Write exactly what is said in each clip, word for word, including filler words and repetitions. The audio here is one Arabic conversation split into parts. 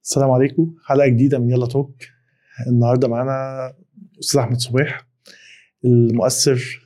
السلام عليكم. حلقة جديدة من يلا توك. النهاردة معنا أستاذ أحمد صبيح، المؤثر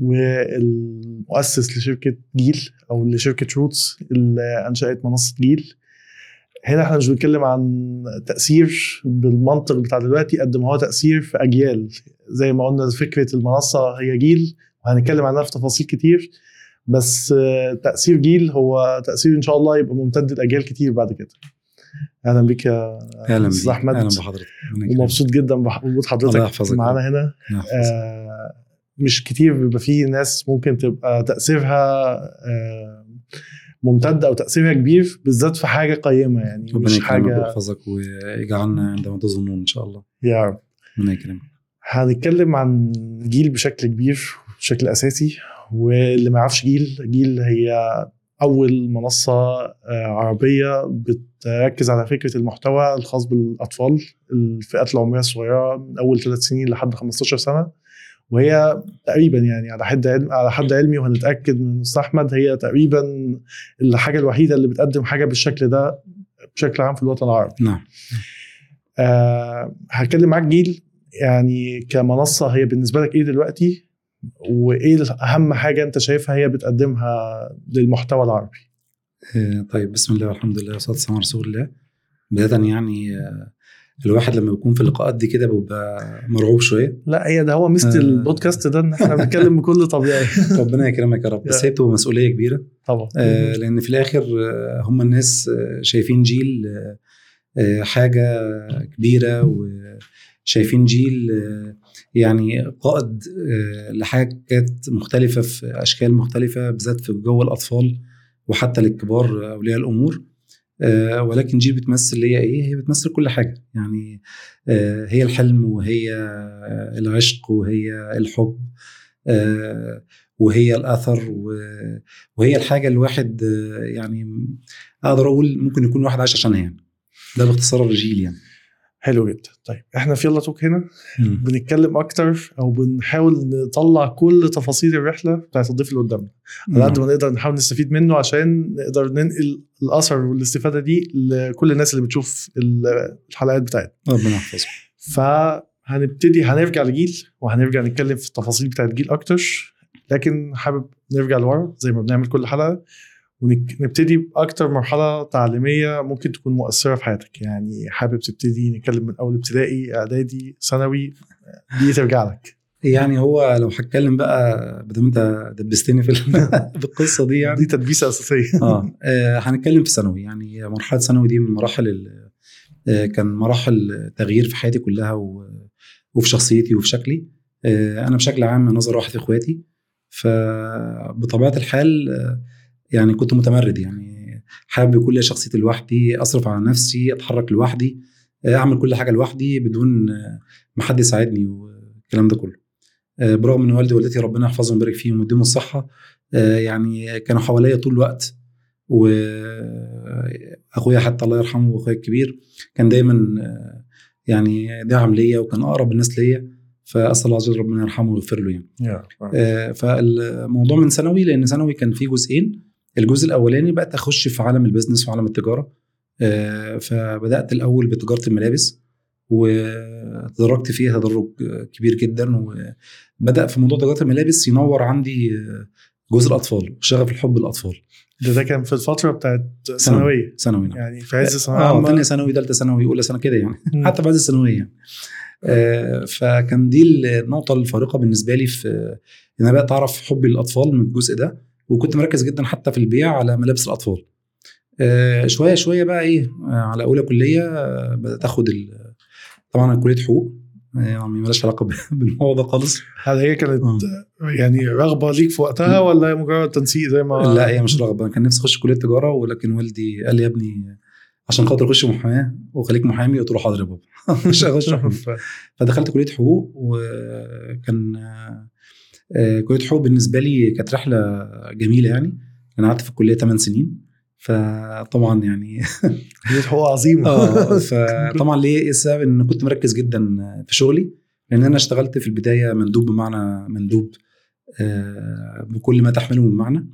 والمؤسس لشركة جيل أو لشركة روتس اللي أنشأت منصة جيل. هنا احنا مش بنتكلم عن تأثير بالمنطق بتاع دلوقتي قد ما هو تأثير في أجيال. زي ما قلنا فكرة المنصة هي جيل، وهنتكلم عنها في تفاصيل كتير، بس تأثير جيل هو تأثير إن شاء الله يبقى ممتد لأجيال كتير بعد كده. اهلا بك يا استاذ احمد. اهلا بحضرتك، ومبسوط جدا بوجود حضرتك معانا هنا. آه مش كتير بيبقى فيه ناس ممكن تبقى تاثيرها آه ممتد او تاثيرها كبير، بالذات في حاجه قيمه. يعني مش حاجه. يحفظك ويجعلنا عندما تظنون ان شاء الله يا رب. ربنا يكرمك. هنتكلم عن جيل بشكل كبير بشكل اساسي، واللي ما يعرفش جيل جيل هي أول منصة عربية بتركز على فكرة المحتوى الخاص بالأطفال، الفئات العمرية الصغيرة من أول ثلاث سنين لحد خمستاشر سنة. وهي تقريبا يعني على حد علم على حد علمي وهنتأكد من أستاذ أحمد، هي تقريبا الحاجة الوحيدة اللي بتقدم حاجة بالشكل ده بشكل عام في الوطن العربي. نعم. أه هتكلم معاك جيل يعني كمنصة، هي بالنسبة لك إيه دلوقتي؟ وإيه أهم حاجة أنت شايفها هي بتقدمها للمحتوى العربي؟ طيب، بسم الله والحمد لله والصلاة والسلام على رسول الله. بداية يعني الواحد لما بيكون في اللقاءات دي كده بيبقى مرعوب شوية. لا، هي ده هو مست آه البودكاست ده، ان احنا بنتكلم بكل طبيعي. ربنا يكرمك يا رب. بس هي بتبقى مسؤولية كبيرة طبعا. آه لأن في الآخر هم الناس شايفين جيل آه حاجة كبيرة، وشايفين جيل آه يعني قائد آه لحاجات مختلفة في أشكال مختلفة، بالذات في جو الأطفال وحتى للكبار أولياء الأمور. آه ولكن جيل بتمثل ليه ايه؟ هي بتمثل كل حاجه. يعني آه هي الحلم، وهي آه العشق، وهي الحب، آه وهي الاثر، وهي الحاجه الواحد آه يعني اقدر اقول ممكن يكون واحد عايش عشانها. يعني ده باختصار الجيل. يعني حلو جدا. طيب احنا في يلا توك هنا م. بنتكلم اكتر او بنحاول نطلع كل تفاصيل الرحله بتاعت الضيف اللي قدامنا على قد ما نقدر، نحاول نستفيد منه عشان نقدر ننقل الاثر والاستفاده دي لكل الناس اللي بتشوف الحلقات بتاعتنا. ربنا يحفظك. فهنبتدي هنرجع لجيل وهنرجع نتكلم في التفاصيل بتاعت جيل اكتر، لكن حابب نرجع لورا زي ما بنعمل كل حلقه، ونبتدي بأكتر مرحلة تعليمية ممكن تكون مؤثرة في حياتك. يعني حابب تبتدي نتكلم من أول ابتدائي، إعدادي، ثانوي، دي ترجع لك. يعني هو لو هتكلم بقى بدل انت دبستني في القصة دي، يعني دي تدبيسة أساسية. آه. آه هنتكلم في ثانوي. يعني مرحلة ثانوي دي من مراحل آه كان مراحل تغيير في حياتي كلها، وفي شخصيتي وفي شكلي. آه أنا بشكل عام نظر واحد إخواتي، فبطبيعة الحال آه يعني كنت متمرد. يعني حابب يكون لي شخصيتي لوحدي، أصرف على نفسي، أتحرك لوحدي، أعمل كل حاجة لوحدي بدون ما حد يساعدني والكلام ده كله. برغم أن والدي ووالدتي ربنا يحفظهم ويبارك فيهم ويديهم الصحة يعني كانوا حواليا طول الوقت، وأخويا حتى الله يرحمه وأخويا الكبير كان دايما يعني داعم ليا وكان أقرب الناس ليا، فأسأل الله عز وجل ربنا يرحمه ويغفر له. يعني فالموضوع من ثانوي، لأن ثانوي كان فيه جزئين. الجزء الأولاني بقت أخش في عالم البزنس وعالم التجارة. فبدأت الأول بتجارة الملابس وتدرجت فيها تدرج كبير جدا، وبدأ في موضوع تجارة الملابس ينور عندي جزء الأطفال وشغف الحب الأطفال. ده, ده كان في الفترة بتاعت ثانوية. ثانوي يعني في عز ثانوية عامة، ثانية ثانوي، ثالثة ثانوي، أولى سنة كده يعني. م. حتى بعد الثانوية يعني. آه فكان دي النقطة الفارقة بالنسبة لي، في إن أنا بقيت أعرف حبي للأطفال من الجزء ده، وكنت مركز جدا حتى في البيع على ملابس الأطفال. آه شوية شوية بقى إيه آه على أولى كلية آه بدأت أخد طبعا كلية حقوق، يعني مالهاش علاقة بالموضوع ده خالص. هل هي كانت آه. يعني رغبة ليك في وقتها ولا هي مجرد تنسيق زي ما؟ لا، هي مش رغبة. أنا كان نفسي أخش كلية تجارة، ولكن والدي قال لي يا ابني عشان خاطر اخش محاماه وخليك محامي. قلت له حاضر يا بابا. مش هخش. فدخلت كليه حقوق، وكان كليه حقوق بالنسبه لي كانت رحله جميله. يعني انا قعدت في الكليه ثمانية سنين، فطبعا يعني كليه حقوق عظيمه. اه فطبعا ليه السبب؟ ان كنت مركز جدا في شغلي، لان انا اشتغلت في البدايه مندوب، بمعنى مندوب بكل ما تحمله من معنى.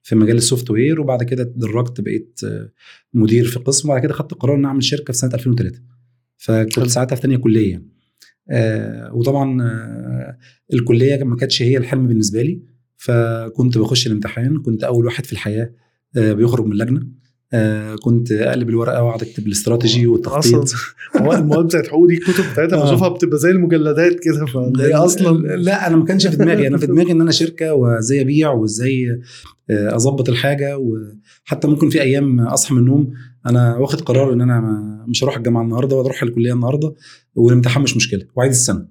في مجال السوفت وير، وبعد كده اتدرجت بقيت مدير في قسم، وبعد كده خدت قرار ان اعمل شركه في سنه ألفين وثلاثة. فكنت ساعتها في ثانيه كليه. آه وطبعا آه الكليه ما كانتش هي الحلم بالنسبه لي، فكنت بخش الامتحان، كنت اول واحد في الحياه آه بيخرج من اللجنه. آه كنت اقلب الورقه واقعد اكتب الاستراتيجي والتخطيط. هو المواد بتاعت حقوق دي الكتب بتاعتها بشوفها بتبقى زي المجلدات كده، فهي اصلا لا انا ما كانش في دماغي، انا في دماغي ان انا شركه وازاي ابيع وازاي اظبط الحاجه. وحتى ممكن في ايام اصحى من النوم انا واخد قرار ان انا مش هروح الجامعه النهارده واروح الكليه النهارده، والامتحان مش مشكله وعيد السنه.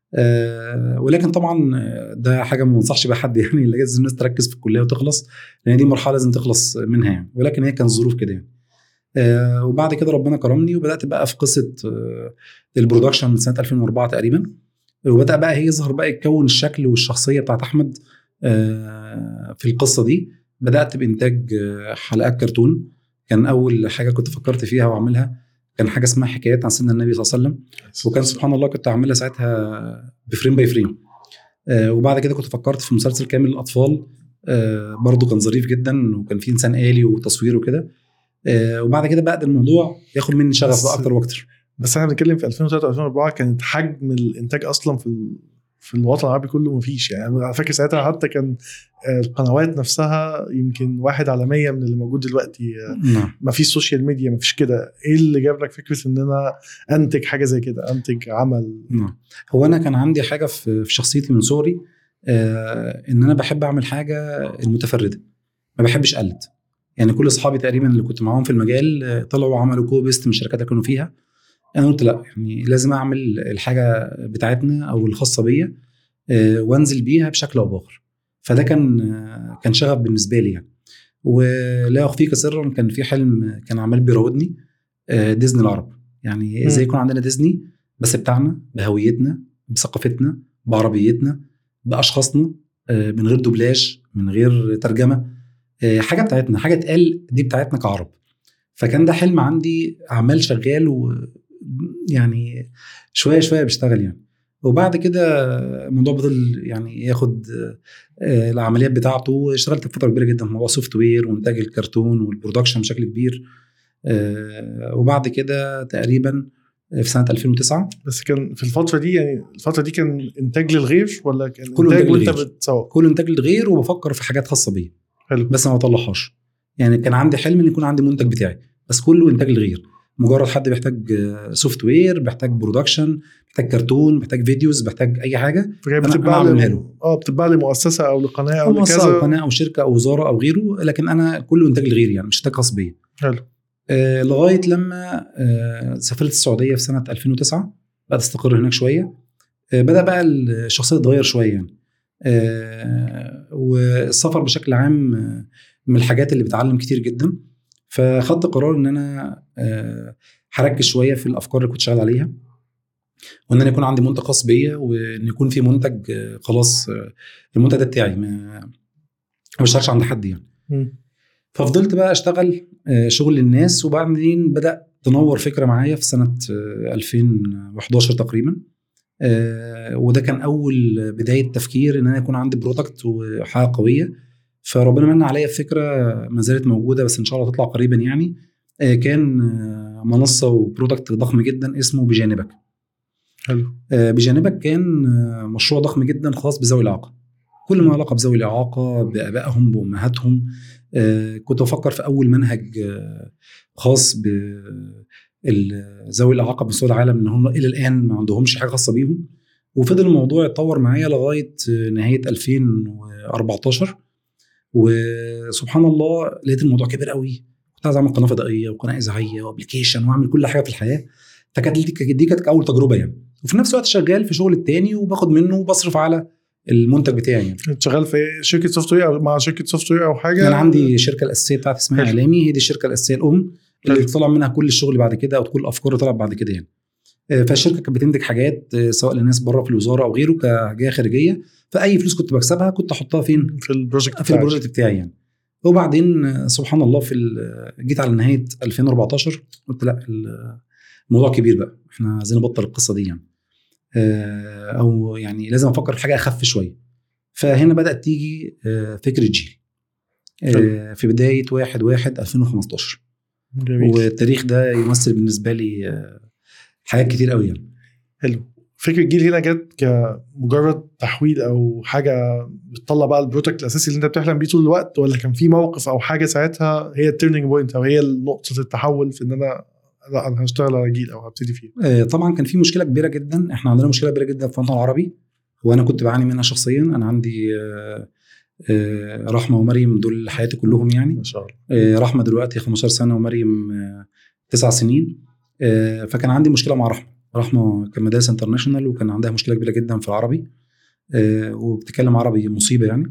أه ولكن طبعا ده حاجه ما بنصحش بيها حد يعني، لازم الناس تركز في الكليه وتخلص، لان دي مرحله لازم تخلص منها يعني، ولكن هي كانت ظروف كده يعني. أه وبعد كده ربنا كرمني وبدات بقى في قصه أه البرودكشن من سنه ألفين وأربعة تقريبا، وبدا بقى هي يظهر بقى يتكون الشكل والشخصيه بتاعت احمد أه في القصه دي. بدات بانتاج حلقات كرتون، كان اول حاجه كنت فكرت فيها واعملها كان حاجه اسمها حكايات عن سيدنا النبي صلى الله عليه وسلم، وكان سبحان الله كنت اعملها ساعتها بفريم باي فريم. آه وبعد كده كنت فكرت في مسلسل كامل للاطفال، آه برضو كان ظريف جدا وكان فيه انسان آلي وتصوير وكده. آه وبعد كده بقى الموضوع ياخد مني شغف بقى اكتر واكتر. بس احنا بنتكلم في ألفين وثلاثة ألفين وأربعة كانت حجم الانتاج اصلا في في الوطن العربي كله مفيش يعني. انا فاكر ساعتها حتى كان القنوات نفسها يمكن واحد على مية من اللي موجود دلوقتي. نعم. مفيش سوشيال ميديا، مفيش كده. ايه اللي جاب لك فكره ان انا انتج حاجه زي كده، انتج عمل؟ نعم. هو انا كان عندي حاجه في شخصيتي من صغري، آه ان انا بحب اعمل حاجه المتفرده، ما بحبش اقلد يعني. كل اصحابي تقريبا اللي كنت معاهم في المجال طلعوا عملوا كوبيست من الشركات اللي كانوا فيها، انا قلت لا، يعني لازم اعمل الحاجه بتاعتنا او الخاصه بيا آه وانزل بيها بشكل او باخر. فده كان آه كان شغف بالنسبه لي يعني. ولا اخفيك سرا كان في حلم كان عمال بيراودني، آه ديزني العرب، يعني ازاي يكون عندنا ديزني بس بتاعنا، بهويتنا، بثقافتنا، بعربيتنا، باشخاصنا، آه من غير دوبلاج، من غير ترجمه، آه حاجه بتاعتنا، حاجه تقال دي بتاعتنا كعرب. فكان ده حلم عندي عمال شغال، ويعني شويه شويه بيشتغل يعني. وبعد كده الموضوع بطل يعني ياخد آه العمليات بتاعته. اشتغلت فتره كبيره جدا في موضوع سوفت وير وانتاج الكرتون والبرودكشن بشكل كبير. آه وبعد كده تقريبا في سنه ألفين وتسعة. بس كان في الفتره دي يعني الفتره دي كان انتاج للغير ولا كان كله انتاج وانت بتصور؟ كله انتاج للغير، وبفكر في حاجات خاصه بيا بس ما بطلعهاش يعني. كان عندي حلم ان يكون عندي منتج بتاعي بس كله انتاج للغير. مجرد حد بيحتاج سوفت وير، بيحتاج برودكشن، بيحتاج كرتون، بيحتاج فيديوز، بيحتاج اي حاجه، انا اعملها له. اه بتتباع لمؤسسه او لقناه او لكذا، او قناه او شركه او وزاره او غيره، لكن انا كله انتاج للغير يعني، مش انتاج خاص بيا. حلو. آه لغايه لما آه سافرت السعوديه في سنه ألفين وتسعة، بقى استقر هناك شويه. آه بدا بقى الشخصيه تتغير شويه يعني. آه والسفر بشكل عام آه من الحاجات اللي بتعلم كتير جدا. فخدت قرار ان انا آه هركز شويه في الافكار اللي كنت شغال عليها، وان انا يكون عندي منتج خاص بيا، وان يكون في منتج آه خلاص آه المنتج ده بتاعي، ما مش هشتغل عند حد يعني. م. ففضلت بقى اشتغل آه شغل للناس. وبعدين بدا تنور فكره معايا في سنه آه ألفين وحداشر تقريبا. آه وده كان اول بدايه تفكير ان انا يكون عندي برودكت وحاجه قويه. فربنا من عليا فكره ما زالت موجوده بس ان شاء الله تطلع قريبا يعني. آه كان آه منصه وبرودكت ضخم جدا اسمه بجانبك. حلو. آه بجانبك كان آه مشروع ضخم جدا خاص بذوي الاعاقه، كل ما علاقه بذوي الاعاقه، بابائهم، بامهاتهم. آه كنت بفكر في اول منهج آه خاص ب ذوي الاعاقه بمستوى العالم، ان هم الى الان ما عندهمش حاجه خاصه بيهم. وفضل الموضوع يتطور معايا لغايه نهايه ألفين وأربعتاشر. وسبحان الله لقيت الموضوع كبير قوي. كنت عايز اعمل قناه فضائيه وقناه اذاعيه وابلكيشن واعمل كل حاجه في الحياه. فكانت دي كانت اول تجربه يعني. وفي نفس الوقت شغال في شغل التاني وباخد منه وبصرف على المنتج بتاعي يعني. شغال في شركه سوفت وير او مع شركه سوفت وير او حاجه؟ انا عندي شركه الاساسيه بتاعتي اسمها اعلامي، هي دي الشركه الاساسيه الام اللي طلع منها كل الشغل بعد كده، او كل الافكار اللي طلعت بعد كده يعني. فالشركه كانت بتنتج حاجات سواء للناس بره في الوزاره او غيره كجهه خارجيه. فاي فلوس كنت بكسبها كنت احطها فين؟ في البروجكت في البروجكت بتاعي يعني. وبعدين سبحان الله في جيت على نهايه ألفين وأربعتاشر قلت لا، الموضوع كبير بقى، احنا عايزين نبطل القصه دي يعني. او يعني لازم افكر في حاجه اخف شويه. فهنا بدات تيجي فكره جيل. آه في بدايه واحد واحد ألفين وخمستاشر. جميل. والتاريخ ده يمثل بالنسبه لي آه حاجات كتير قوي يعني. حلو. فكرة الجيل هنا جت كمجرد تحويل او حاجه بتطلع بقى البروتكت الاساسي اللي انت بتحلم بيه طول الوقت، ولا كان في موقف او حاجه ساعتها هي التيرنينج بوينت او هي نقطه التحول في ان انا لا انا هشتغل على جيل او هبتدي فيه؟ آه طبعا كان في مشكله كبيره جدا. احنا عندنا مشكله كبيره جدا في الوطن العربي، وانا كنت بعاني منها شخصيا. انا عندي آه آه رحمه ومريم دول حياتي كلهم يعني ما شاء الله. آه رحمه دلوقتي خمستاشر سنه ومريم آه تسع سنين. آه فكان عندي مشكله مع رحمه. رحمه كان مدارس انترناشونال وكان عندها مشكله كبيره جدا في العربي آه وبتتكلم عربي مصيبه يعني.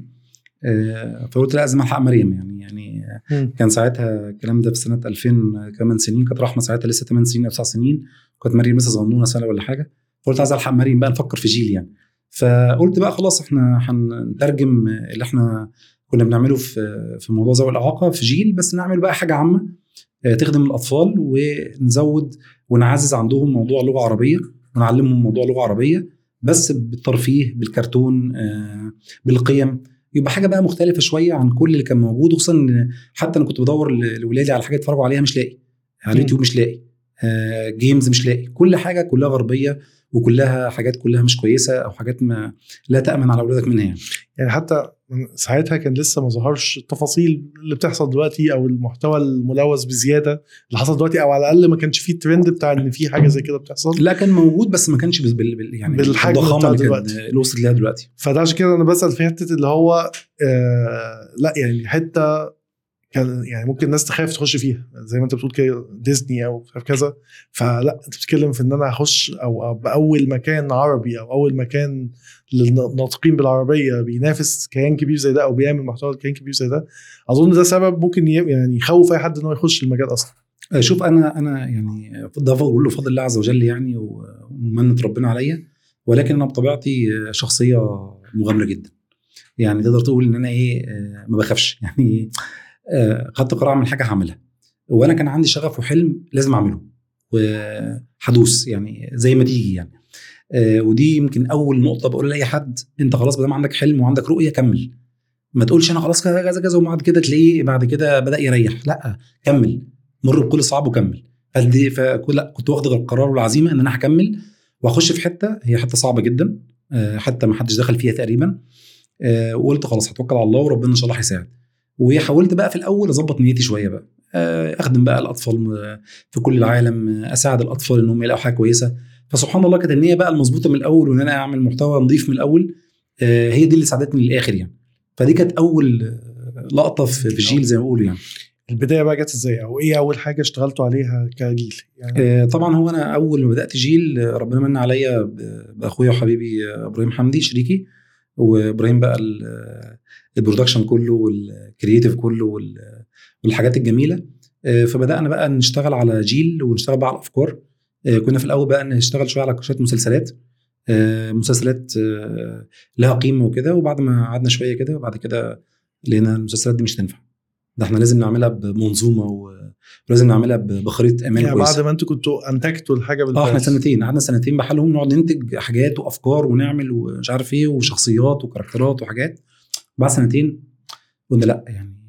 آه فقلت لا لازم الحق مريم يعني يعني آه كان ساعتها الكلام ده في سنه ألفين كمان سنين. كانت رحمه ساعتها لسه ثمان سنين او تسع سنين، كانت مريم لسه صغنونه سنه ولا حاجه. فقلت عايز الحق مريم بقى نفكر في جيل يعني. فقلت بقى خلاص احنا هنترجم اللي احنا كنا بنعمله في في موضوع ذوي الاعاقه في جيل، بس نعمل بقى حاجه عامه تخدم الاطفال ونزود ونعزز عندهم موضوع لغه عربيه ونعلمهم موضوع لغه عربيه بس بالترفيه بالكرتون بالقيم. يبقى حاجه بقى مختلفه شويه عن كل اللي كان موجود. خصوصا حتى انا كنت بدور لاولادي على حاجه يتفرجوا عليها مش لاقي على اليوتيوب، مش لاقي آه جيمز، مش لاقي. كل حاجه كلها غربيه وكلها حاجات كلها مش كويسه او حاجات ما لا تامن على اولادك منها يعني. يعني حتى ساعتها كان لسه ما ظهرش التفاصيل اللي بتحصل دلوقتي او المحتوى الملوث بزياده اللي حصل دلوقتي، او على الاقل ما كانش فيه الترند بتاع ان في حاجه زي كده بتحصل. لا كان موجود بس ما كانش بال يعني بالحجم بتاع دلوقتي اللي وصلت لها دلوقتي. فده عشان كده انا بسال في حته اللي هو آه لا يعني حته كان يعني ممكن الناس تخاف تخش فيها زي ما انت بتقول كده ديزني او كذا. فلا انت بتتكلم في ان انا اخش او باول مكان عربي او اول مكان للناطقين بالعربيه بينافس كيان كبير زي ده او بيعمل محتوى كيان كبير زي ده. اظن ده سبب ممكن يعني يخوف اي حد انه يخش المجال اصلا. شوف انا انا يعني ده بقول له فضل الله عز وجل يعني ومنة ربنا عليا، ولكن انا بطبيعتي شخصيه مغامره جدا. يعني تقدر تقول ان انا ايه ما بخافش يعني. خدت قرار اعمل حاجه هعملها، وانا كان عندي شغف وحلم لازم اعمله وحدوث يعني زي ما تيجي يعني. ودي يمكن اول نقطه بقول لاي حد، انت خلاص بدل ما عندك حلم وعندك رؤيه كمل. ما تقولش انا خلاص كذا كذا كذا وبعد كده تلاقيه بعد كده بدا يريح. لا كمل، مر بكل صعب وكمل. فدي فكل كنت واخد القرار والعزيمه ان انا هكمل واخش في حته هي حته صعبه جدا، حتى ما حدش دخل فيها تقريبا. وقلت خلاص هتوكل على الله وربنا ان شاء الله هيساعد. وحاولت بقى في الاول اظبط نيتي شويه بقى، اخدم بقى الاطفال في كل العالم، اساعد الاطفال انهم يلاقوا حاجه كويسه. فسبحان الله كانت النيه بقى المظبوطه من الاول وان انا اعمل محتوى نظيف من الاول، هي دي اللي ساعدتني للاخر يعني. فدي كانت اول لقطه في الجيل زي ما بيقولوا يعني. البدايه بقى جت ازاي او ايه اول حاجه اشتغلتوا عليها كجيل يعني؟ طبعا هو انا اول ما بدات جيل ربنا من عليا باخويا وحبيبي ابراهيم حمدي شريكي، وابراهيم بقى البرودكشن كله والكرياتيف كله والحاجات الجميله. فبدانا بقى نشتغل على جيل ونشتغل بقى على الافكار. كنا في الاول بقى نشتغل شويه على شويه مسلسلات مسلسلات لها قيمه وكده، وبعد ما قعدنا شويه كده وبعد كده لقينا المسلسلات دي مش تنفع، ده احنا لازم نعملها بمنظومه ولازم نعملها بخريطه امان يعني كويسه. بعد ما انتوا كنتوا انتجتوا الحاجه بالفعل اه احنا سنتين قعدنا سنتين بحالهم نقعد ننتج حاجات وافكار ونعمل ومش عارف ايه وشخصيات وكاركترات وحاجات. بعد سنتين قلنا لا يعني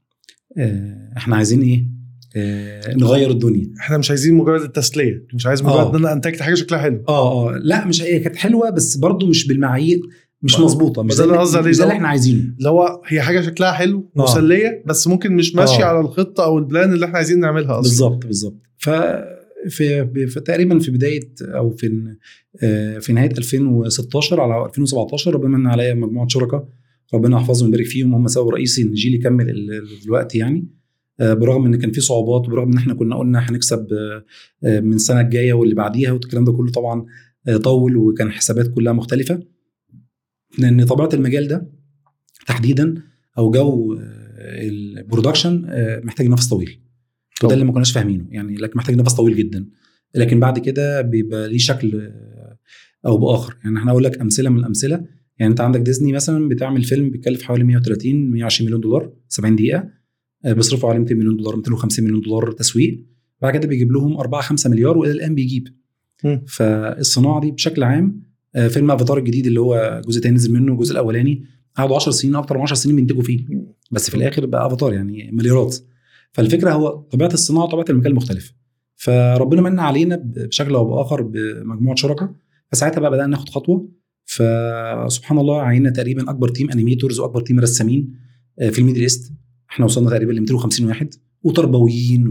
اه احنا عايزين ايه اه نغير الدنيا. احنا مش عايزين مجرد التسليه، مش عايز مجرد ان انا انتجت حاجه شكلها حلو. اه اه لا مش هي كانت حلوه بس برضو مش بالمعايير، مش مظبوطه، مش زي اللي احنا عايزينه. اللي هو هي حاجه شكلها حلو مسليه آه. بس ممكن مش ماشيه آه. على الخطه او البلان اللي احنا عايزين نعملها اصلا. بالظبط بالظبط. ف في, في تقريبا في بدايه او في في نهايه ألفين وستاشر على ألفين وسبعتاشر ربنا من عليا مجموعه شركاء ربنا يحفظهم ويبارك فيهم، هم سبب رئيسي ان جيلي يكمل دلوقتي يعني. برغم ان كان في صعوبات وبرغم ان احنا كنا قلنا هنكسب من السنه الجايه واللي بعديها والكلام ده كله طبعا طول وكان حسابات كلها مختلفه، لان طبيعه المجال ده تحديدا او جو البرودكشن محتاج نفس طويل. وده اللي ما كناش فاهمينه يعني، لكن محتاج نفس طويل جدا، لكن بعد كده بيبقى ليه شكل او باخر. يعني احنا اقول لك امثله من الامثله. يعني انت عندك ديزني مثلا بتعمل فيلم بيكلف حوالي مية وتلاتين مية وعشرين مليون دولار سبعين دقيقه، بيصرفوا عليه مئتين مليون دولار مئتين وخمسين مليون دولار تسويق، بعد كده بيجيب لهم أربعة خمسة مليار والى الان بيجيب. م. فالصناعه دي بشكل عام فيلم افاتار الجديد اللي هو جزء تاني نزل منه الجزء الاولاني قعدوا عشر سنين اكتر من عشر سنين بينتجوا فيه، بس في الاخر بقى افاتار يعني مليارات. فالفكره هو طبيعه الصناعه وطبيعه المكان مختلفه، فربنا من علينا بشكل او باخر بمجموعه شركاء، فساعتها بقى بدانا ناخد خطوه. فسبحان الله عينا تقريبا اكبر تيم انيميتورز واكبر تيم رسامين في الميدل ايست، احنا وصلنا تقريبا ل مئتين وخمسين واحد، وتربويين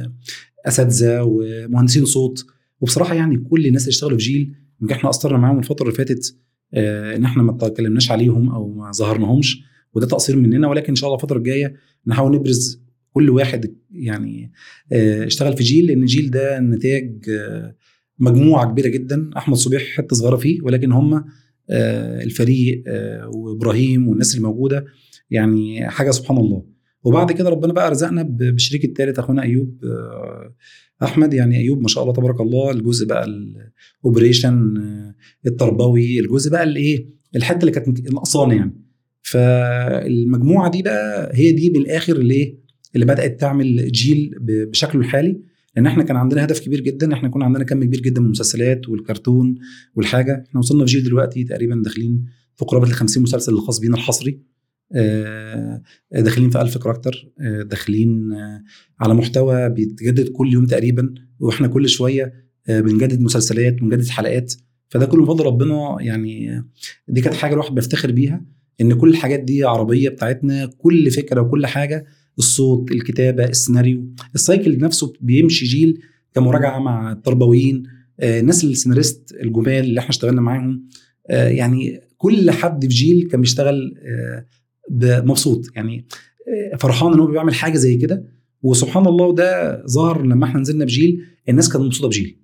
واساتذه ومهندسين صوت. وبصراحه يعني كل الناس اللي اشتغلوا في جيل يمكن احنا قصرنا معاهم الفتره اللي فاتت ان احنا ما تكلمناش عليهم او ما ظهرناهمش، وده تقصير مننا، ولكن ان شاء الله الفتره الجايه نحاول نبرز كل واحد يعني اشتغل في جيل، لان جيل ده نتاج مجموعه كبيره جدا. احمد صبيح حته صغيره فيه، ولكن هم الفريق وابراهيم والناس اللي موجوده يعني حاجه سبحان الله. وبعد كده ربنا بقى رزقنا بالشريك الثالث اخونا ايوب احمد، يعني ايوب ما شاء الله تبارك الله، الجزء بقى الاوبريشن التربوي، الجزء بقى الايه الحته اللي كانت ناقصانه يعني. فالمجموعه دي بقى هي دي بالاخر اللي اللي بدات تعمل جيل بشكله الحالي، لان احنا كان عندنا هدف كبير جدا، احنا كنا عندنا كم كبير جدا من المسلسلات والكرتون والحاجه. احنا وصلنا في جيل دلوقتي تقريبا داخلين في قرابه ال خمسين مسلسل الخاص بينا الحصري، داخلين في ألف كاركتر، داخلين على محتوى بيتجدد كل يوم تقريبا، واحنا كل شويه بنجدد مسلسلات بنجدد حلقات. فده كله بفضل ربنا يعني. دي كانت حاجه الواحد بيفتخر بيها، ان كل الحاجات دي عربيه بتاعتنا، كل فكره وكل حاجه، الصوت، الكتابه، السيناريو، السايكل نفسه بيمشي جيل كمراجعه مع التربويين، الناس السيناريست الجمال اللي احنا اشتغلنا معاهم، يعني كل حد في جيل كان بيشتغل مبسوط، يعني فرحان ان هو بيعمل حاجه زي كده. وسبحان الله وده ظهر لما احنا نزلنا بجيل الناس كانت مبسوطه بجيل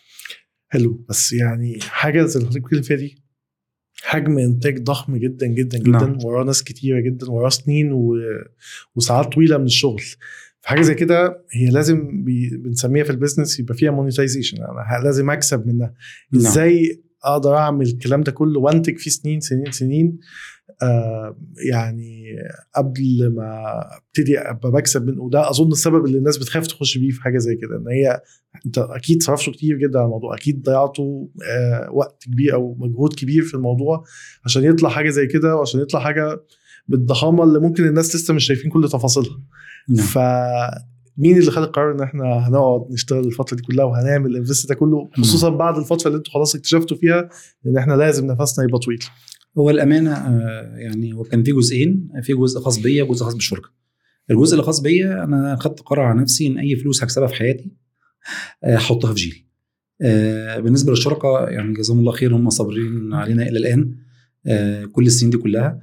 حلو. بس يعني حاجه زي اللي بتتكلم فيها دي حجم انتاج ضخم جدا جدا جدا، نعم. وراه ناس كتيره جدا، وراه سنين و... وساعات طويله من الشغل. في حاجه زي كده هي لازم بي... بنسميها في البيزنس يبقى فيها مونيتايزيشن، انا لازم اكسب منها. ازاي نعم. اقدر اعمل الكلام ده كله وانتج فيه سنين سنين سنين آه يعني قبل ما ابتدي ابقى بكسب من. وده اظن السبب اللي الناس بتخاف تخش بيه في حاجه زي كده، ان هي انت اكيد صرفتوا كتير جدا على الموضوع، اكيد ضيعتوا آه وقت كبير او مجهود كبير في الموضوع عشان يطلع حاجه زي كده، وعشان يطلع حاجه بالضخامه اللي ممكن الناس لسه مش شايفين كل تفاصيلها. نعم. فمين اللي خد القرار ان احنا هنقعد نشتغل الفتره دي كلها وهنعمل الانفست ده كله، خصوصا نعم. بعد الفتره اللي انتوا خلاص اكتشفتوا فيها ان احنا لازم نفسنا يبقى طويل؟ هو الامانه يعني وكان في جزئين، في جزء خاص بيا وجزء خاص بالشركه. الجزء اللي خاص بيا انا خدت قرار على نفسي ان اي فلوس هكسبها في حياتي احطها في جيل. بالنسبه للشركه يعني جزاهم الله خير، هم صابرين علينا الى الان كل السنين دي كلها،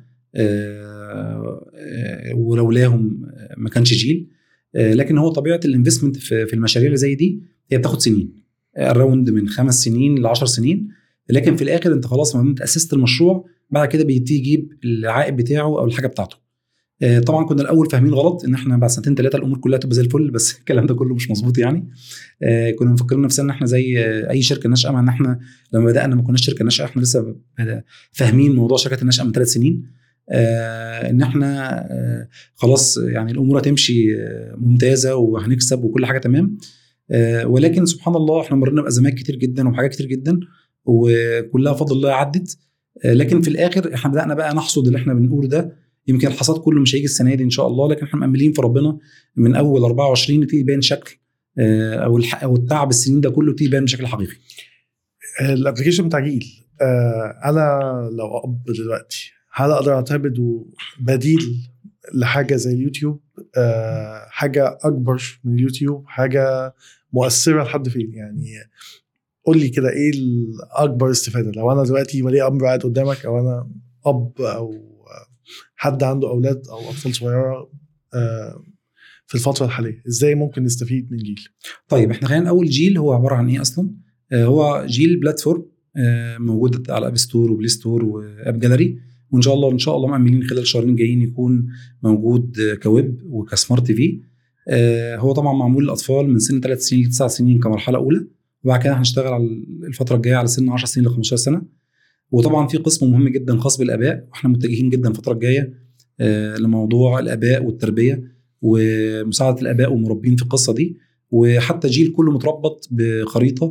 ولولاهم ما كانش جيل. لكن هو طبيعه الانفستمنت في المشاريع اللي زي دي هي بتاخد سنين، الراوند من خمس سنين لعشر سنين، لكن في الاخر انت خلاص ما انت اسست المشروع، بعد كده بيجي يجيب العائد بتاعه او الحاجه بتاعته. طبعا كنا الاول فاهمين غلط ان احنا بعد سنتين ثلاثه الامور كلها تبقى زي الفل، بس الكلام ده كله مش مظبوط يعني. كنا مفكرين نفسنا ان احنا زي اي شركه ناشئه، مع ان احنا لما بدانا ما كناش شركه ناشئه، احنا لسه فاهمين موضوع شركه الناشئه من ثلاث سنين، ان احنا خلاص يعني الامور هتمشي ممتازه وهنكسب وكل حاجه تمام. ولكن سبحان الله احنا مرينا بازمات كتير جدا وحاجات كتير جدا، وكلها فضل الله عدت. لكن في الاخر احنا بدانا بقى نحصد اللي احنا بنقوله ده. يمكن الحصاد كله مش هيجي السنه دي ان شاء الله، لكن احنا مأملين في ربنا من اول أربعة وعشرين يبتدي يبان شكل او او التعب السنين ده كله يبتدي يبان بشكل حقيقي. الابلكيشن بتاع جيل، انا لو اب دلوقتي هل اقدر اعتبره بديل لحاجه زي اليوتيوب، حاجه اكبر من اليوتيوب، حاجه مؤثره لحد فين؟ يعني قول لي كده ايه الاكبر استفاده لو انا دلوقتي ولي امر قاعد قدامك، او انا اب او حد عنده اولاد او اطفال صغيره في الفتره الحاليه، ازاي ممكن نستفيد من جيل؟ طيب احنا خلينا اول جيل هو عباره عن ايه اصلا. هو جيل بلاتفورم موجود على اب ستور وبلاي ستور واب جاليري، وان شاء الله ان شاء الله مأملين خلال الشهرين جايين يكون موجود كويب وكسمارت تي في. هو طبعا معمول للاطفال من سن ثلاث سنين لتسع سنين كمرحله اولى، وبعد كده هنشتغل على الفتره الجايه على سن عشر سنين ل خمستاشر سنه. وطبعا في قسم مهم جدا خاص بالاباء، واحنا متجهين جدا الفتره الجايه لموضوع الاباء والتربيه ومساعده الاباء والمربين في القصه دي. وحتى جيل كله متربط بخريطه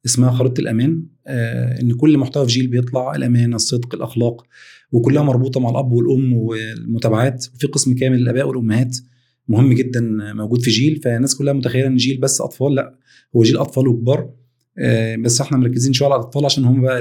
اسمها خريطه الامان. ان كل محتوى في جيل بيطلع الامانه، الصدق، الاخلاق، وكلها مربوطه مع الاب والام والمتابعات. وفي قسم كامل للاباء والامهات مهم جدا موجود في جيل. فالناس كلها متخيله ان جيل بس اطفال، لا، هو جيل اطفال وكبار، بس احنا مركزين شويه على الاطفال عشان هم بقى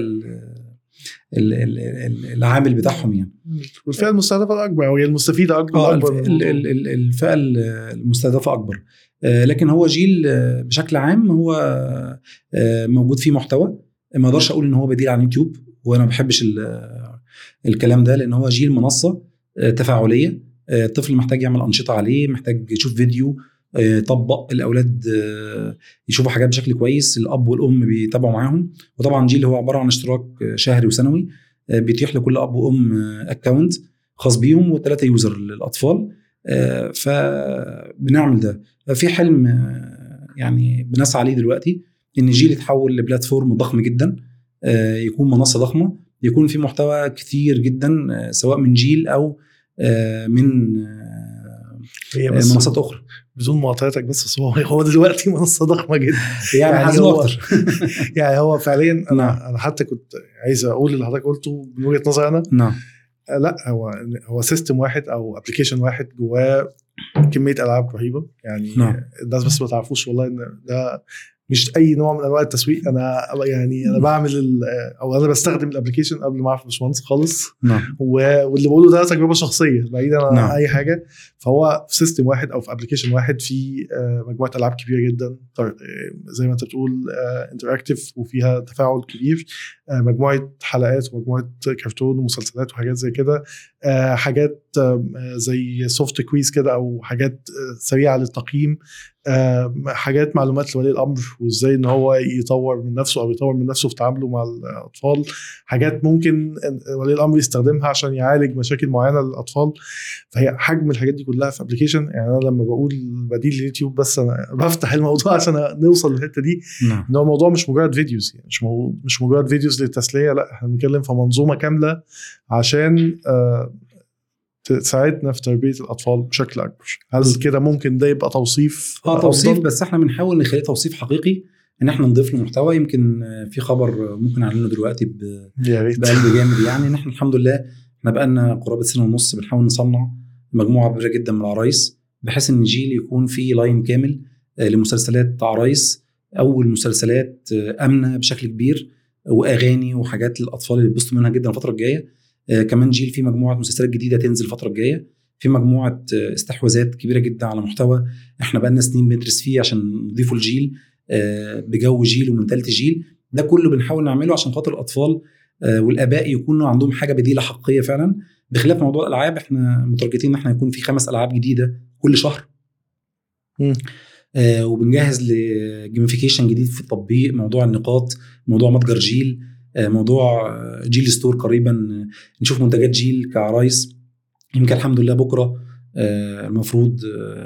العامل بتاعهم يعني. والفئه المستهدفه الاكبر او هي المستفيده اكبر. اه الفئه المستهدفه اكبر. لكن هو جيل بشكل عام هو موجود فيه محتوى. ما اقدرش اقول ان هو بديل عن يوتيوب، وانا ما بحبش الكلام ده، لان هو جيل منصه تفاعليه. الطفل محتاج يعمل انشطه عليه، محتاج يشوف فيديو يطبق، الاولاد يشوفوا حاجات بشكل كويس، الاب والام بيتابعوا معاهم. وطبعا جيل هو عباره عن اشتراك شهري وسنوي بيتيح لكل اب وام اكونت خاص بيهم وثلاثه يوزر للاطفال. فبنعمل ده. في حلم يعني بنسعى عليه دلوقتي ان الجيل يتحول لبلاتفورم ضخم جدا، يكون منصه ضخمه، يكون في محتوى كثير جدا سواء من جيل او من منصات اخرى. بدون مقاطعتك بس هو هو دلوقتي منصه ضخمه جدا يعني, يعني هو اكتر يعني هو فعليا انا نعم. انا حتى كنت عايز اقول اللي حضرتك قلته من وجهه نظري انا. نعم. لا هو هو سيستم واحد او ابلكيشن واحد جواه كميه العاب رهيبه يعني. نعم. الناس بس ما تعرفوش والله ان ده مش اي نوع من انواع التسويق. انا يعني انا بعمل او انا بستخدم الابلكيشن قبل ما اعرف باشمهندس خالص. نعم. واللي بقوله ده تجربه شخصيه بعيدا عن نعم. اي حاجه. فهو في سيستم واحد او في ابلكيشن واحد في مجموعه العاب كبيره جدا زي ما انت بتقول انتراكتيف وفيها تفاعل كبير، مجموعه حلقات ومجموعه كرتون ومسلسلات وحاجات زي كده، حاجات زي سوفت كويز كده او حاجات سريعه للتقييم، حاجات معلومات لولي الامر وازاي ان هو يطور من نفسه او يطور من نفسه في تعامله مع الاطفال، حاجات ممكن ولي الامر يستخدمها عشان يعالج مشاكل معينه للاطفال. فهي حجم الحاجات دي كلها في ابلكيشن. يعني انا لما بقول بديل اليوتيوب بس انا بفتح الموضوع عشان نوصل للحته دي. نعم. ان هو الموضوع مش مجرد فيديوز يعني مش مش مجرد فيديوز للتسليه، لا احنا بنتكلم في منظومه كامله عشان آه تساعدنا في تربية الأطفال بشكل أكبر. هل كده ممكن ده يبقى توصيف؟ آه توصيف، بس احنا بنحاول نخليه توصيف حقيقي، ان احنا نضيف له محتوى. يمكن في خبر ممكن نعلنه دلوقتي بقلب جامد يعني، ان احنا الحمد لله احنا بقالنا قرابة سنة ونص بنحاول نصنع مجموعة كبيرة جدا من العرايس، بحيث ان جيل يكون فيه لاين كامل لمسلسلات عرايس او المسلسلات آمنة بشكل كبير، واغاني وحاجات للاطفال اللي بيبسطوا منها جدا الفترة الجاية. آه كمان جيل في مجموعة مسلسلات جديدة تنزل الفترة الجاية، في مجموعة آه استحواذات كبيرة جدا على محتوى احنا بقالنا سنين بندرس فيه عشان نضيفه الجيل آه بجو جيل ومنتاليتي جيل. ده كله بنحاول نعمله عشان خاطر الأطفال آه والآباء يكونوا عندهم حاجة بديلة حقيقية فعلا. بخلاف موضوع الألعاب، احنا مترجتين ان احنا يكون في خمس ألعاب جديدة كل شهر. م. آه وبنجهز لجيميفيكيشن جديد في التطبيق، موضوع النقاط، موضوع متجر جيل، موضوع جيل ستور قريبا، نشوف منتجات جيل كعرايس. يمكن الحمد لله بكرة المفروض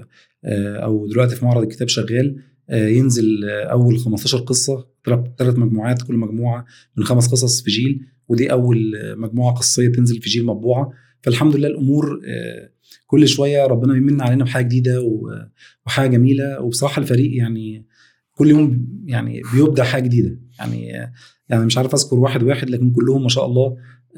أو دلوقتي في معرض الكتاب شغال ينزل أول خمستاشر قصة، ثلاث مجموعات كل مجموعة من خمس قصص في جيل، ودي أول مجموعة قصية تنزل في جيل مطبوعة. فالحمد لله الأمور كل شوية ربنا بيمن علينا بحاجة جديدة وحاجة جميلة. وبصراحة الفريق يعني كل يوم يعني بيبدع حاجة جديدة يعني يعني مش عارف أذكر واحد واحد، لكن كلهم ما شاء الله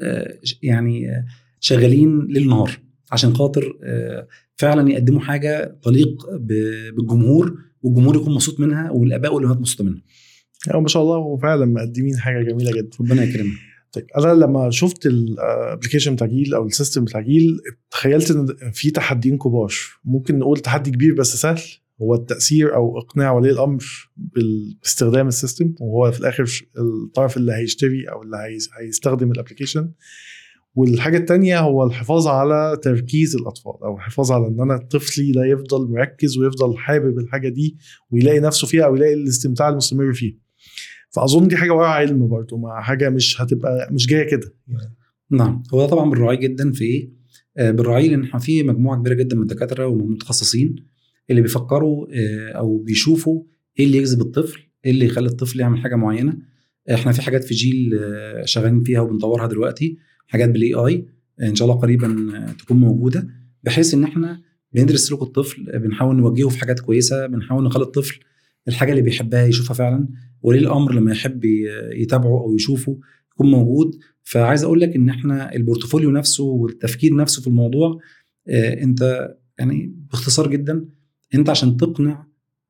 يعني شغالين ليل نهار عشان خاطر فعلا يقدموا حاجة تليق بالجمهور، والجمهور يكون مبسوط منها، والآباء والأمهات مبسوطة منها. يعني ما شاء الله وفعلا مقدمين حاجة جميلة جدا، ربنا يكرمك. طيب أنا لما شفت الابلكيشن بتاع جيل أو السيستم بتاع جيل تخيلت إن في تحديين كبار. ممكن نقول تحدي كبير بس سهل هو التأثير أو إقناع ولي الأمر باستخدام السيستم، وهو في الآخر الطرف اللي هيشتري أو اللي هيستخدم الابلكيشن. والحاجة التانية هو الحفاظ على تركيز الأطفال أو الحفاظ على أن أنا طفلي لا يفضل مركز ويفضل حابب الحاجة دي ويلاقي نفسه فيها أو يلاقي الاستمتاع المستمر فيه. فأظن دي حاجة وراها علم برضو، مع حاجة مش هتبقى مش جاية كده يعني. نعم، هو طبعا بنراعي جدا في إيه؟ آه بنراعي لأن احنا في مجموعة كبيرة جدا من الدكاترة ومتخصصين اللي بيفكروا آه أو بيشوفوا إيه اللي يجذب الطفل، إيه اللي يخلي الطفل يعمل حاجة معينة. احنا في حاجات في جيل آه شغالين فيها وبنطورها دلوقتي، حاجات بالاي اي ان شاء الله قريبا تكون موجوده، بحيث ان احنا بندرس سلوك الطفل، بنحاول نوجهه في حاجات كويسه، بنحاول نخلي الطفل الحاجه اللي بيحبها يشوفها فعلا، وليه الامر لما يحب يتابعه او يشوفه يكون موجود. فعايز اقول لك ان احنا البورتفوليو نفسه والتفكير نفسه في الموضوع، اه انت يعني باختصار جدا، انت عشان تقنع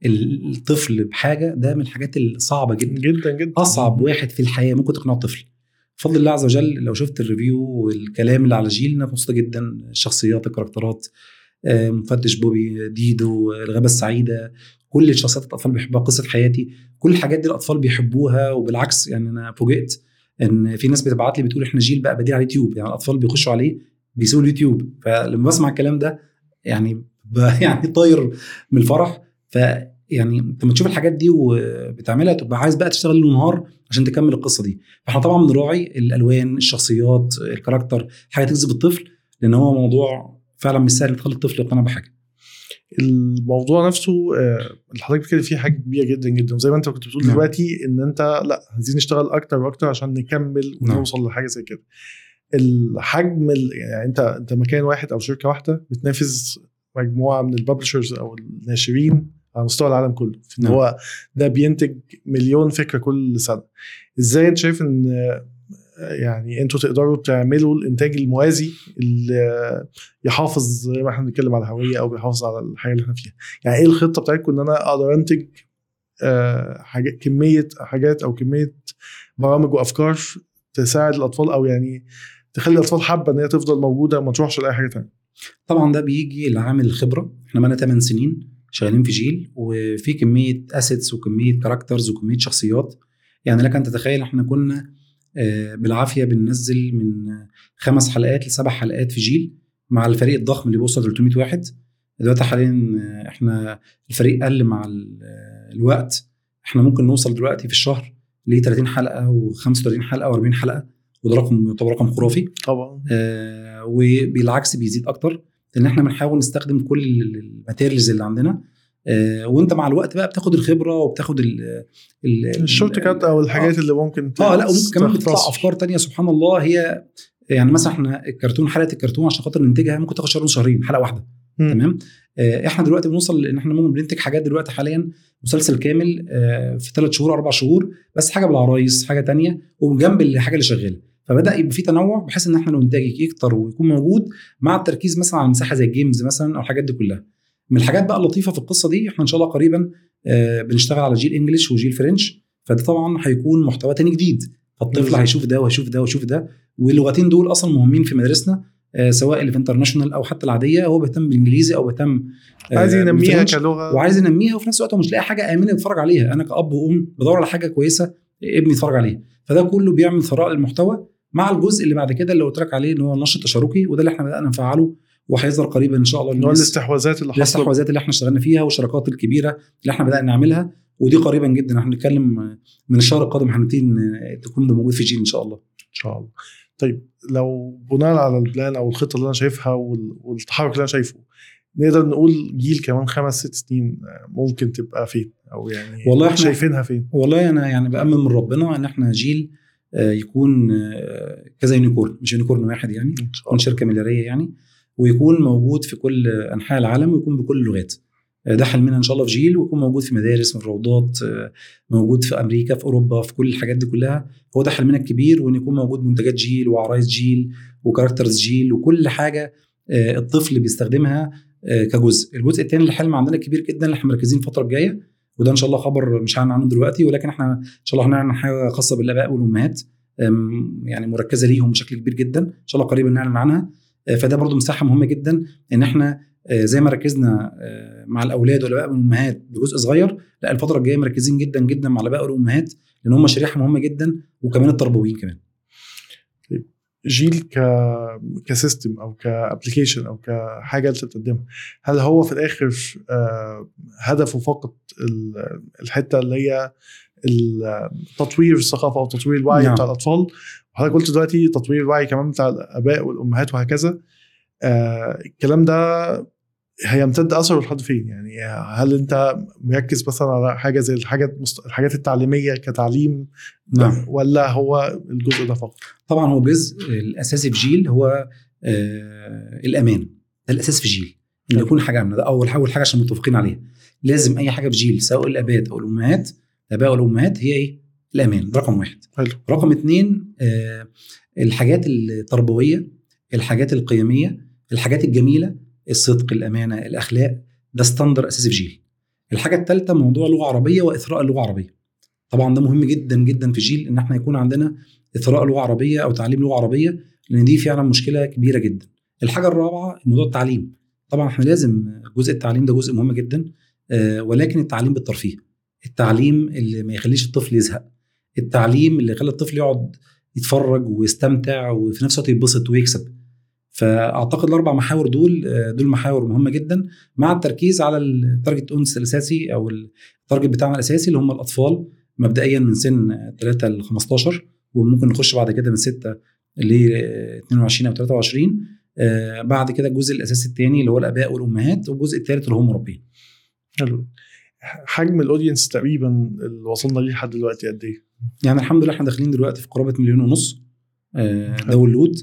الطفل بحاجه ده من الحاجات الصعبه جدا جدا جدا. اصعب واحد في الحياه ممكن تقنع الطفل. بفضل الله عز وجل لو شفت الريفيو والكلام اللي على جيل انا مبسوط جدا، الشخصيات، الكاركترات، مفتش بوبي، ديدو، الغابه السعيده، كل الشخصيات الاطفال بيحبوها، قصه حياتي، كل الحاجات دي الاطفال بيحبوها. وبالعكس يعني انا فوجئت ان في ناس بتبعت لي بتقول احنا جيل بقى بديل على اليوتيوب، يعني الاطفال بيخشوا عليه بيسووا اليوتيوب. فلما بسمع الكلام ده يعني يعني طاير من الفرح. ف يعني انت لما تشوف الحاجات دي وبتعملها تبقى عايز بقى تشتغل ليل ونهار عشان تكمل القصه دي. فاحنا طبعا بنراعي الالوان، الشخصيات، الكاركتر، حاجه تجذب الطفل، لان هو موضوع فعلا مش سهل تخلي الطفل يقتنع بحاجه. الموضوع نفسه اللي حضرتك بتتكلم فيه حاجه كبيره جدا جدا، وزي ما انت كنت بتقول دلوقتي ان انت لا عايزين نشتغل اكتر واكتر عشان نكمل ونوصل نعم. لحاجه زي كده. الحجم يعني انت انت مكان واحد او شركه واحده بتنافس مجموعه من الببلشرز او الناشرين على مستوى العالم كله، ان نعم. هو ده بينتج مليون فكره كل سنه. ازاي انت شايف ان يعني انتوا تقدروا تعملوا الانتاج الموازي اللي يحافظ زي ما احنا بنتكلم على الهويه او بيحافظ على الحاجه اللي احنا فيها؟ يعني ايه الخطه بتاعتكم ان انا اقدر انتج حاجات، كميه حاجات او كميه برامج وافكار تساعد الاطفال، او يعني تخلي الاطفال حابه ان هي تفضل موجوده وما تروحش لاي حاجه ثانيه؟ طبعا ده بيجي لعامل الخبره. احنا بقالنا ثمانية سنين شغالين في جيل، وفي كميه اسيتس وكميه كاركترز وكميه شخصيات. يعني لك ان تتخيل احنا كنا بالعافيه بننزل من خمس حلقات لسبع حلقات في جيل مع الفريق الضخم اللي بيوصل ثلاثمية واحد. دلوقتي حاليا احنا الفريق قل مع الوقت، احنا ممكن نوصل دلوقتي في الشهر ل ثلاثين حلقه وخمسة وثلاثين حلقه وأربعين حلقه، وده رقم يعتبر رقم خرافي طبعا. آه وبالعكس بيزيد اكتر، لان احنا بنحاول نستخدم كل الماتيريالز اللي عندنا. آه وانت مع الوقت بقى بتاخد الخبره وبتاخد الشورت كات او الحاجات آه اللي ممكن اه لا وممكن كمان بتطلع افكار تانية سبحان الله. هي يعني مثلا احنا الكرتون، حلقه الكرتون عشان خاطر ننتجها ممكن تاخد شهر وشهرين حلقه واحده. م. تمام. آه احنا دلوقتي بنوصل ان احنا ممكن بننتج حاجات دلوقتي حاليا مسلسل كامل آه في ثلاث شهور اربع شهور، بس حاجه بالعرايس حاجه تانية وجنب الحاجه اللي شغاله. فبدا يبقى في تنوع بحيث ان احنا لو انتاجك يكتر ويكون موجود مع التركيز مثلا على مساحه زي الجيمز مثلا او الحاجات دي كلها. من الحاجات بقى اللطيفه في القصه دي احنا ان شاء الله قريبا آه بنشتغل على جيل انجليش وجيل فرنش، فده طبعا هيكون محتوى تاني جديد، فالطفل هيشوف ده وهيشوف ده وهيشوف ده. واللغتين دول اصلا مهمين في مدارسنا آه سواء اللي في انترناشونال او حتى العاديه، هو بيهتم بالانجليزي او بيهتم آه عايز ينميها كلغه وعايز ينميها، وفي نفس الوقت هو مش لاقي حاجه امنه يتفرج عليها. انا كأب وام بدور على حاجه كويسه ابني يتفرج عليها، فده كله بيعمل ثراء للمحتوى مع الجزء اللي بعد كده اللي قلت لك عليه ان هو النشر التشاركي، وده اللي احنا بدانا نفعله وهيظهر قريبا ان شاء الله. اللي هو الاستحواذات اللي حصلت، الاستحواذات اللي احنا اشتغلنا فيها والشراكات الكبيره اللي احنا بدانا نعملها، ودي قريبا جدا. احنا بنتكلم من الشهر القادم هنبتدي تكون ده موجود في جيل ان شاء الله. ان شاء الله. طيب لو بناء على البلان او الخطه اللي انا شايفها والتحرك اللي انا شايفه، نقدر نقول جيل كمان خمس ست سنين ممكن تبقى فين، او يعني والله احنا شايفينها فين؟ والله انا يعني بأمن من ربنا ان احنا جيل يكون كذا يونيكورن، مش يونيكورن واحد يعني، يكون شركه ملياريه يعني، ويكون موجود في كل انحاء العالم ويكون بكل اللغات. ده حلمنا ان شاء الله في جيل، ويكون موجود في مدارس، في روضات، موجود في امريكا، في اوروبا، في كل الحاجات دي كلها. هو ده حلمنا الكبير، وان يكون موجود منتجات جيل وعرايس جيل وكاركترز جيل وكل حاجه الطفل بيستخدمها كجزء. الجزء الثاني الحلم عندنا كبير جدا اللي احنا مركزين الفتره الجايه، وده ان شاء الله خبر مش هنعلن عنه دلوقتي، ولكن احنا ان شاء الله هنعلن حاجه خاصه بالاباء والامهات يعني مركزه ليهم بشكل كبير جدا، ان شاء الله قريبا نعلن عنها. فده برضو مساحه مهمه جدا ان احنا زي ما ركزنا مع الاولاد والاباء والامهات بجزء صغير، لا الفتره الجايه مركزين جدا جدا مع الاباء والامهات لان هم شريحه مهمه جدا، وكمان التربويين كمان. جيل ك كسيستم او كابلكيشن او كحاجه انت بتقدمها، هل هو في الاخر هدفه فقط الحته اللي هي التطوير الثقافه او تطوير الوعي نعم. بتاع الاطفال؟ وحضرتك قلت دلوقتي تطوير الوعي كمان بتاع الاباء والامهات وهكذا. آه الكلام ده هيمتد اثره لحد فين؟ يعني هل انت مركز مثلا على حاجه زي الحاجات الحاجات التعليميه كتعليم نعم. ولا هو الجزء ده فقط؟ طبعا هو الجزء الاساسي في جيل هو آه الامان، ده الاساس في جيل ان يكون حاجه امنه، ده اول اول حاجه عشان متفقين عليها. لازم اي حاجه في جيل سواء الاباء او الامهات، الاباء والامهات، هي ايه؟ الامان. رقم واحد. حلو. رقم اتنين آه الحاجات التربويه، الحاجات القيميه، الحاجات الجميله، الصدق، الامانه، الاخلاق، ده ستاندر اساسي في جيل. الحاجه الثالثه موضوع لغه عربيه واثراء اللغه العربيه. طبعا ده مهم جدا جدا في جيل ان احنا يكون عندنا اثراء لغه عربيه او تعليم لغه عربيه، لان دي فعلا مشكله كبيره جدا. الحاجه الرابعه موضوع التعليم. طبعا احنا لازم جزء التعليم ده جزء مهم جدا، آه ولكن التعليم بالترفيه، التعليم اللي ما يخليش الطفل يزهق، التعليم اللي يخلي الطفل يقعد يتفرج ويستمتع وفي نفس الوقت يتبسط ويكسب. فاعتقد الاربع محاور دول دول محاور مهمه جدا، مع التركيز على التارجت اونس الاساسي او التارجت بتاعنا الاساسي اللي هم الاطفال، مبدئيا من سن ثلاثة ل خمستاشر، وممكن نخش بعد كده من ستة ل اتنين وعشرين او تلاتة وعشرين. آه بعد كده الجزء الاساسي الثاني اللي هو الاباء والامهات، والجزء الثالث اللي هم مربين. حلو. حجم الاودينس تقريبا اللي وصلنا ليه لحد دلوقتي قد ايه؟ يعني الحمد لله احنا داخلين دلوقتي في قرابه مليون ونص آه داونلود.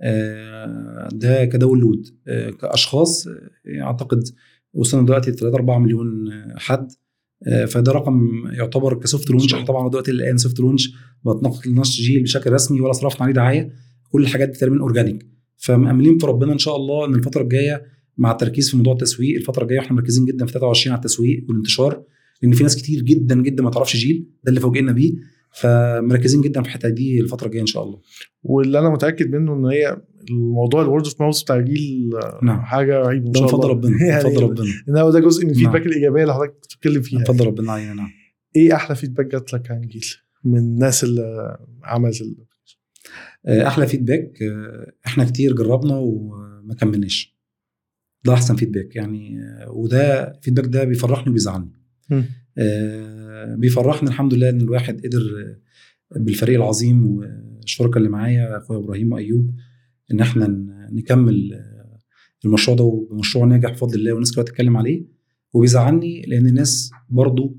آه ده كداونلود. آه كاشخاص آه اعتقد وصلنا دلوقتي ثلاثة أربعة مليون حد. آه فده رقم يعتبر كسوفت لونش. طبعا دلوقتي الان سوفت لونش ما تنقلناش جيل بشكل رسمي ولا صرفنا عليه دعايه، كل الحاجات دي تقريبا اورجانيك. فمأملين في ربنا ان شاء الله ان الفتره الجايه مع التركيز في موضوع التسويق، الفتره الجايه احنا مركزين جدا في تلاتة وعشرين على التسويق والانتشار، لان في ناس كتير جدا جدا ما تعرفش جيل، ده اللي فوجئنا بيه. فمركزين جدا في الحته دي الفتره الجايه ان شاء الله. واللي انا متاكد منه ان هي الموضوع الورد اوف ماوث بتاع جيل نعم. حاجه رهيبه ان ده شاء الله. بفضل ربنا يعني بفضل ربنا ان هو ده جزء من الفيدباك نعم. الايجابيه اللي حضرتك بتتكلم فيها. بفضل ربنا علينا. نعم. ايه احلى فيدباك جات لك عن جيل من الناس اللي عملت ال... احلى فيدباك احنا كتير جربنا وما كملناش، ده احسن فيدباك يعني. وده فيدباك ده بيفرحني وبيزعلني. آه بيفرحني الحمد لله ان الواحد قدر بالفريق العظيم والشركاء اللي معايا اخويا ابراهيم وايوب ان احنا نكمل المشروع ده، ومشروع ناجح بفضل الله والناس كلها تتكلم عليه. وبيزعلني لان الناس برضو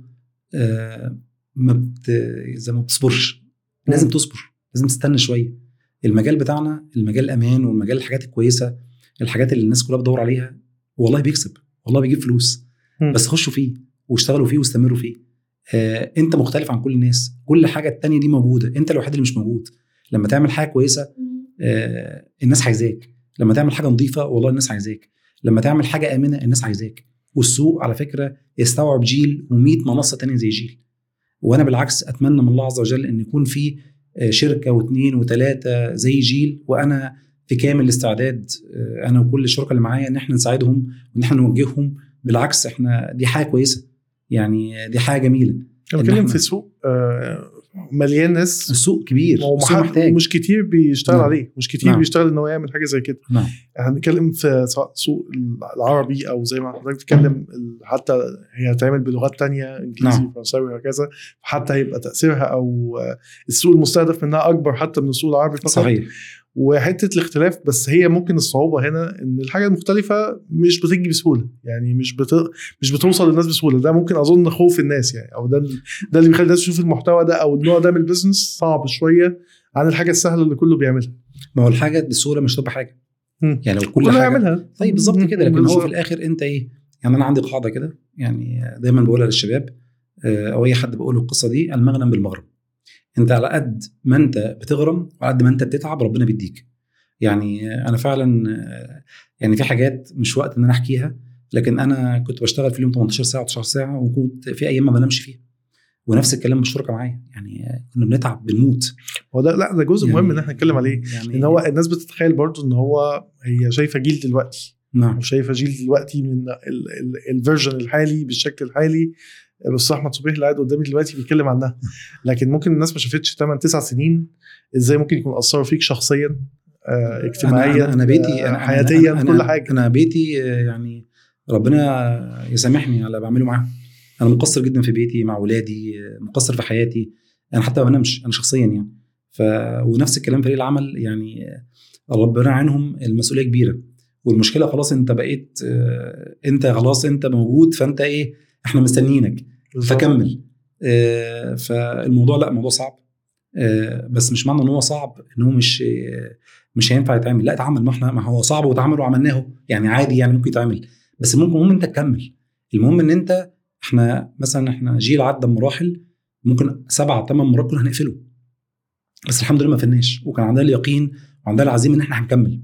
آه ما بت... زي ما بتصبرش، لازم تصبر، لازم تستنى شويه. المجال بتاعنا المجال الامان والمجال الحاجات الكويسه، الحاجات اللي الناس كلها بتدور عليها، والله بيكسب، والله بيجيب فلوس. م. بس خشوا فيه واشتغلوا فيه واستمروا فيه. آه انت مختلف عن كل الناس، كل حاجه التانية دي موجوده، انت الوحيد اللي مش موجود. لما تعمل حاجه كويسه آه الناس عايزاك، لما تعمل حاجه نظيفه والله الناس عايزاك، لما تعمل حاجه امنه الناس عايزاك. والسوق على فكره يستوعب جيل ومية منصه تانية زي جيل. وانا بالعكس اتمنى من الله عز وجل ان يكون في شركه واثنين وثلاثه زي جيل، وانا في كامل الاستعداد انا وكل الشركاء اللي معايا ان احنا نساعدهم وان احنا نوجههم. بالعكس احنا دي حاجه كويسه يعني، دي حاجه جميله. انا بتكلم في سوق مليان ناس، السوق كبير، السوق محتاج، مش كتير بيشتغل نعم. عليه، مش كتير نعم. بيشتغل ان هو يعمل حاجه زي كده. نعم. احنا بنتكلم في سوق العربي او زي ما حضرتك بتتكلم حتى هي هتعمل بلغات تانية، انجليزي نعم. فرنساوي وهكذا، حتى هيبقى تاثيرها او السوق المستهدف منها اكبر حتى من السوق العربي فقط. صحيح. وحته الاختلاف بس هي ممكن الصعوبه هنا ان الحاجه المختلفه مش بتيجي بسهوله، يعني مش بت... مش بتوصل للناس بسهوله. ده ممكن اظن خوف الناس يعني، او ده ده اللي بيخلي الناس تشوف المحتوى ده او النوع ده من البيزنس صعب شويه عن الحاجه السهله اللي كله بيعملها. ما هو الحاجه بسهوله مش تبقى حاجه م. يعني لو كل حاجه يعملها طيب بالظبط كده، لكن هو في الاخر انت ايه يعني. انا عندي قاعده كده يعني دايما بقولها للشباب او اي حد بقوله القصه دي: المغنم بالمغرم. انت على قد ما انت بتغرم وعلى قد ما انت بتتعب ربنا بيديك. يعني انا فعلا يعني في حاجات مش وقت ان انا احكيها، لكن انا كنت بشتغل في اليوم تمنتاشر ساعه وتسعة عشر ساعه، وكنت في ايام ما بنامش فيها. ونفس الكلام بالشركه معايا يعني، كنا بنتعب بنموت. هو ده لا ده جزء يعني مهم ان احنا نتكلم عليه يعني. ان هو الناس بتتخيل برضو ان هو هي شايفه جيل دلوقتي نعم، وشايفه جيل دلوقتي من الفيرجن الحالي بالشكل الحالي. بس احمد صبيح اللي قاعد قدامي دلوقتي بيتكلم عنها، لكن ممكن الناس ما شافتش ثمانية تسعة سنين ازاي ممكن يكون اثروا فيك شخصيا، اجتماعيا، أنا, أنا بيتي أنا حياتيا، أنا كل أنا حاجه. انا بيتي يعني ربنا يسامحني على بعمله معاهم. انا مقصر جدا في بيتي مع اولادي، مقصر في حياتي، انا حتى ما بنامش انا شخصيا يعني. ف ونفس الكلام فريق العمل يعني، ربنا عنهم المسؤوليه كبيره. والمشكله خلاص انت بقيت انت خلاص انت موجود، فانت ايه احنا مستنيينك فكمل. فالموضوع لا موضوع صعب، بس مش معنى ان هو صعب ان هو مش مش هينفع يتعمل. لا اتعمل، ما احنا ما هو صعب واتعمل وعملناه يعني عادي يعني ممكن يتعمل، بس المهم المهم انت تكمل. المهم ان انت احنا مثلا احنا جيل عدى مراحل ممكن سبعة ثمان مرات كنا هنقفله، بس الحمد لله ما فناش، وكان عندنا اليقين وعندنا العزيمه ان احنا هنكمل.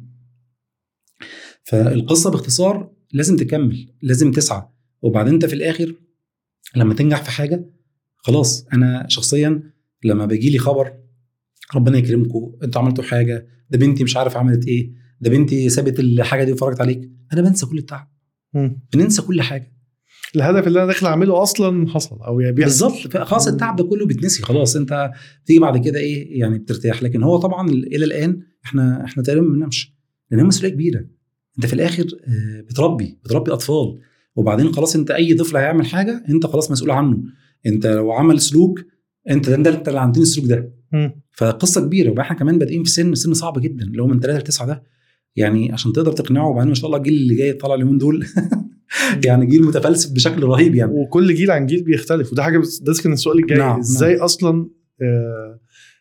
فالقصه باختصار لازم تكمل، لازم تسعى، وبعدين انت في الاخر لما تنجح في حاجه خلاص. انا شخصيا لما بيجي لي خبر ربنا يكرمكم انتوا عملتوا حاجه، ده بنتي مش عارف عملت ايه، ده بنتي سابت الحاجه دي وفرجت عليك، انا بنسى كل التعب، بننسى كل حاجه. الهدف اللي انا داخل اعمله اصلا حصل او يعني بالظبط، خلاص التعب ده كله بيتنسي خلاص، انت بتيجي بعد كده ايه يعني بترتاح. لكن هو طبعا الى الان احنا احنا تقريبا ما بننامش، لان مسؤوليه كبيره. انت في الاخر بتربي بتربي اطفال، وبعدين خلاص انت اي طفل هيعمل حاجه انت خلاص مسؤول عنه. انت لو عمل سلوك انت ده انت اللي عندين السلوك ده. م. فقصه كبيره، وبقى احنا كمان بادئين في سن سن صعب جدا اللي هو من ثلاثة لتسعة ده، يعني عشان تقدر تقنعه. وبعدين ما شاء الله الجيل اللي جاي طالع اليومين دول يعني جيل متفلسف بشكل رهيب يعني، وكل جيل عن جيل بيختلف، وده حاجه ده كان السؤال الجاي. نعم ازاي نعم. اصلا آه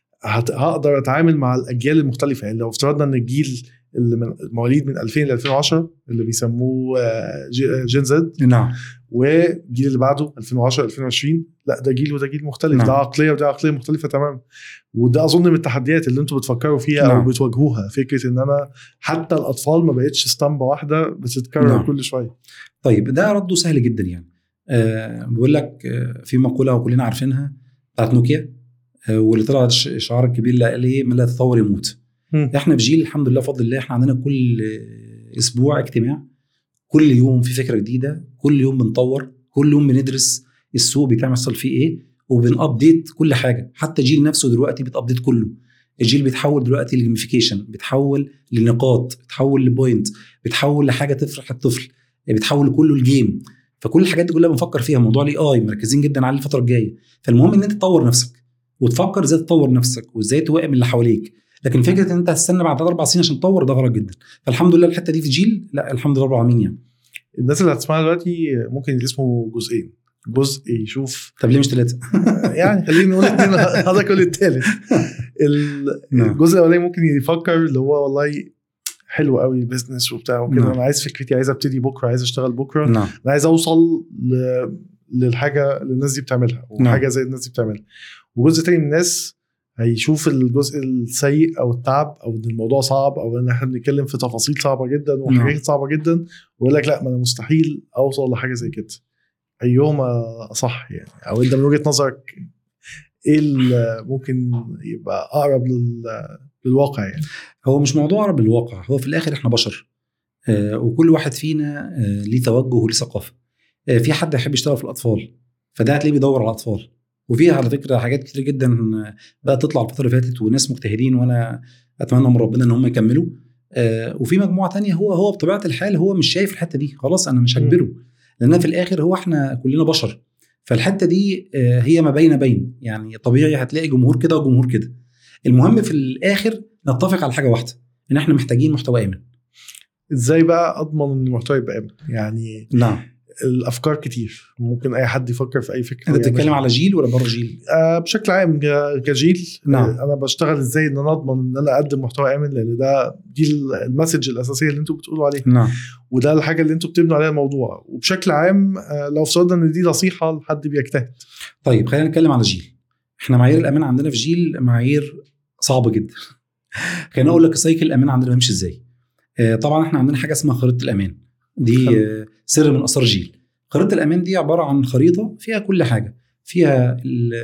هقدر اتعامل مع الاجيال المختلفه؟ يعني لو افترضنا ان الجيل اللي من مواليد من ألفين ل ألفين وعشرة اللي بيسموه جين زد، نعم، والجيل اللي بعده ألفين وعشرة ألفين وعشرين، لا ده جيل وده جيل مختلف. نعم. ده عقليه وده عقليه مختلفه تماما. وده اظن من التحديات اللي انتم بتفكروا فيها. نعم. او بتواجهوها، فكره ان انا حتى الاطفال ما بقتش اسطمبه واحده بتتكرر. نعم. كل شويه. طيب ده رده سهل جدا يعني. أه بقول لك أه في مقوله وكلنا عارفينها بتاعت نوكيا، أه واللي طلع الشعار الكبير اللي قال ايه: من لا تطور يموت. م. احنا في جيل الحمد لله بفضل الله احنا عندنا كل اسبوع اجتماع، كل يوم في فكره جديده، كل يوم بنطور، كل يوم بندرس السوق بيتعمل فيه ايه، وبنابديت كل حاجه. حتى جيل نفسه دلوقتي بتابديت كله. الجيل بيتحول دلوقتي لجيميفيكيشن، بيتحول لنقاط، بيتحول لبوينت، بيتحول لحاجه تفرح الطفل، بيتحول كله الجيم. فكل الحاجات دي كلها بنفكر فيها. موضوع الاي اي مركزين جدا عليه الفتره الجايه. فالمهم ان انت تطور نفسك وتفكر ازاي تطور نفسك وازاي توائم اللي حواليك. لكن فكره ان انت هتستنى بعد اربع سنين عشان تطور ده غلط جدا. فالحمد لله الحته دي في جيل لا الحمد لله رب العالمين يعني. الناس اللي هتسمعها دلوقتي ممكن يسموا جزئين، جزء يشوف. طب ليه مش ثلاثه؟ يعني خلينا نقول اثنين، هذا كل الثالث. الجزء الاولاني ممكن يفكر اللي هو والله حلو قوي البيزنس وبتاع وكده، انا عايز فكرتي، عايز ابتدي بكره، عايز اشتغل بكره. نعم. انا عايز اوصل ل... للحاجه اللي الناس دي بتعملها، وحاجه نعم. زي الناس دي بتعملها. وجزء تاني من الناس هيشوف الجزء السيء او التعب او ان الموضوع صعب او ان احنا بنتكلم في تفاصيل صعبه جدا وحاجات نعم. صعبه جدا، ويقول لك لا ما انا مستحيل اوصل لحاجه زي كده. ايهما صح يعني؟ او انت من وجهه نظرك ايه اللي ممكن يبقى اقرب لل... للواقع يعني؟ هو مش موضوع اقرب للواقع، هو في الاخر احنا بشر، آه وكل واحد فينا آه ليه توجه وليه ثقافه. آه في حد يحب يشتغل في الاطفال فده هتلاقيه بيدور على الاطفال، وفيها على فكره حاجات كتير جدا بقى تطلع الفتره اللي فاتت وناس مجتهدين وانا اتمنى من ربنا ان هم يكملوا. آه وفي مجموعه تانية هو هو بطبيعه الحال هو مش شايف الحته دي، خلاص انا مش هجبره، لان في الاخر هو احنا كلنا بشر. فالحته دي آه هي ما بين بين يعني طبيعي هتلاقي جمهور كده وجمهور كده. المهم في الاخر نتفق على حاجه واحده، ان احنا محتاجين محتوى امن. ازاي بقى اضمن ان المحتوى يبقى امن يعني؟ نعم الافكار كتير، ممكن اي حد يفكر في اي فكره. انت بتتكلم على جيل ولا بره جيل؟ آه بشكل عام كجيل. نعم. آه انا بشتغل ازاي ان انا اضمن ان انا اقدم محتوى امن، لان ده دي المسج الاساسيه اللي انتوا بتقولوا عليها. نعم. وده الحاجه اللي انتوا بتبنوا عليها الموضوع. وبشكل عام آه لو افترضنا ان دي نصيحه لحد بيجتهد. طيب خلينا نتكلم على جيل. احنا معايير الامان عندنا في جيل معايير صعبه جدا. خلينا اقول لك سايكل الامان عندنا بيمشي ازاي. آه طبعا احنا عندنا حاجه اسمها خريطه الامان، دي آه سر من اسرار جيل. خريطة الأمان دي عبارة عن خريطة فيها كل حاجة، فيها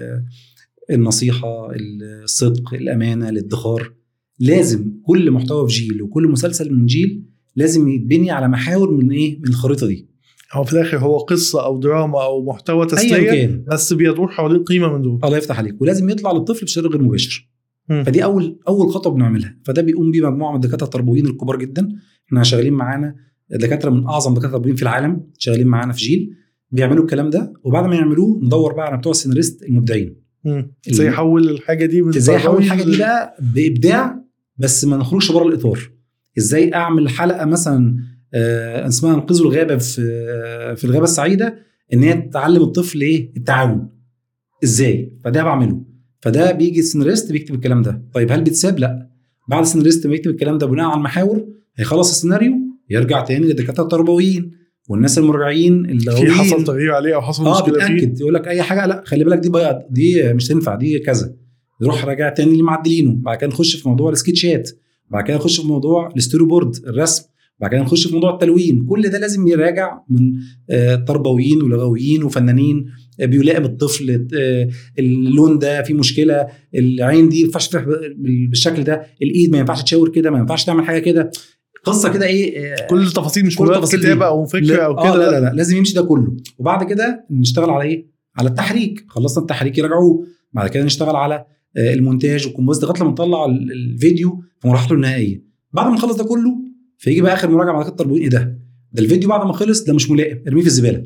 النصيحة، الصدق، الأمانة، الادخار. لازم كل محتوى في جيل وكل مسلسل من جيل لازم يتبني على محاور من إيه؟ من الخريطة دي. هو في الآخر هو قصة أو دراما أو محتوى تسلية بس بيدور حوالين قيمة من دول. الله يفتح عليك. ولازم يطلع للطفل بشكل غير مباشر. م. فدي أول أول خطوة بنعملها. فده بيقوم بيه مجموعة من الدكاترة التربويين الكبار جدا. احنا شغالين معانا دكاتره من اعظم دكاتره التربويين في العالم شغالين معانا في جيل بيعملوا الكلام ده. وبعد ما يعملوه ندور بقى على بتوع السيناريست المبدعين، ازاي يحول الحاجه دي من ازاي يحول الحاجه دي بقى بابداع بس ما نخرجش بره الاطار. ازاي اعمل حلقه مثلا آه اسمها انقذوا الغابه في آه في الغابه السعيده، ان هي تعلم الطفل ايه التعاون ازاي. فده بعمله. فده بيجي السيناريست بيكتب الكلام ده. طيب هل بيتساب؟ لا. بعد السيناريست ما يكتب الكلام ده بناء على المحاور هيخلص السيناريو يرجع تاني للدكاتره التربويين والناس المراجعين اللي في حصل تغيير عليه او حصل اه مشكله فيه بتاكد يقول لك اي حاجه لا خلي بالك دي بيض دي مش تنفع دي كذا، نروح راجع تاني اللي معدلينه، بعد كده نخش في موضوع السكتشات، بعد كده نخش في موضوع الستوري بورد الرسم، بعد كده نخش في موضوع التلوين. كل ده لازم يراجع من آه تربويين ولغويين وفنانين آه بيلائم الطفل، آه اللون ده فيه مشكله، العين دي ما ينفعش تفتح بالشكل ده، الايد ما ينفعش تشاور كده، ما ينفعش تعمل حاجه كده، قصه كده ايه آه كل التفاصيل مش كل مجرد التفاصيل كتابه دي. او فكره او آه كده. لا لا لا لازم يمشي ده كله. وبعد كده نشتغل على ايه؟ على التحريك. خلصنا التحريك يراجعوه، بعد كده نشتغل على المونتاج والكومبوز لغايه لما نطلع الفيديو في مرحلته النهائيه. بعد ما نخلص ده كله فيجي بقى اخر مراجعه مع التربويين، ايه ده؟ ده الفيديو بعد ما خلص ده مش ملائم، ارميه في الزباله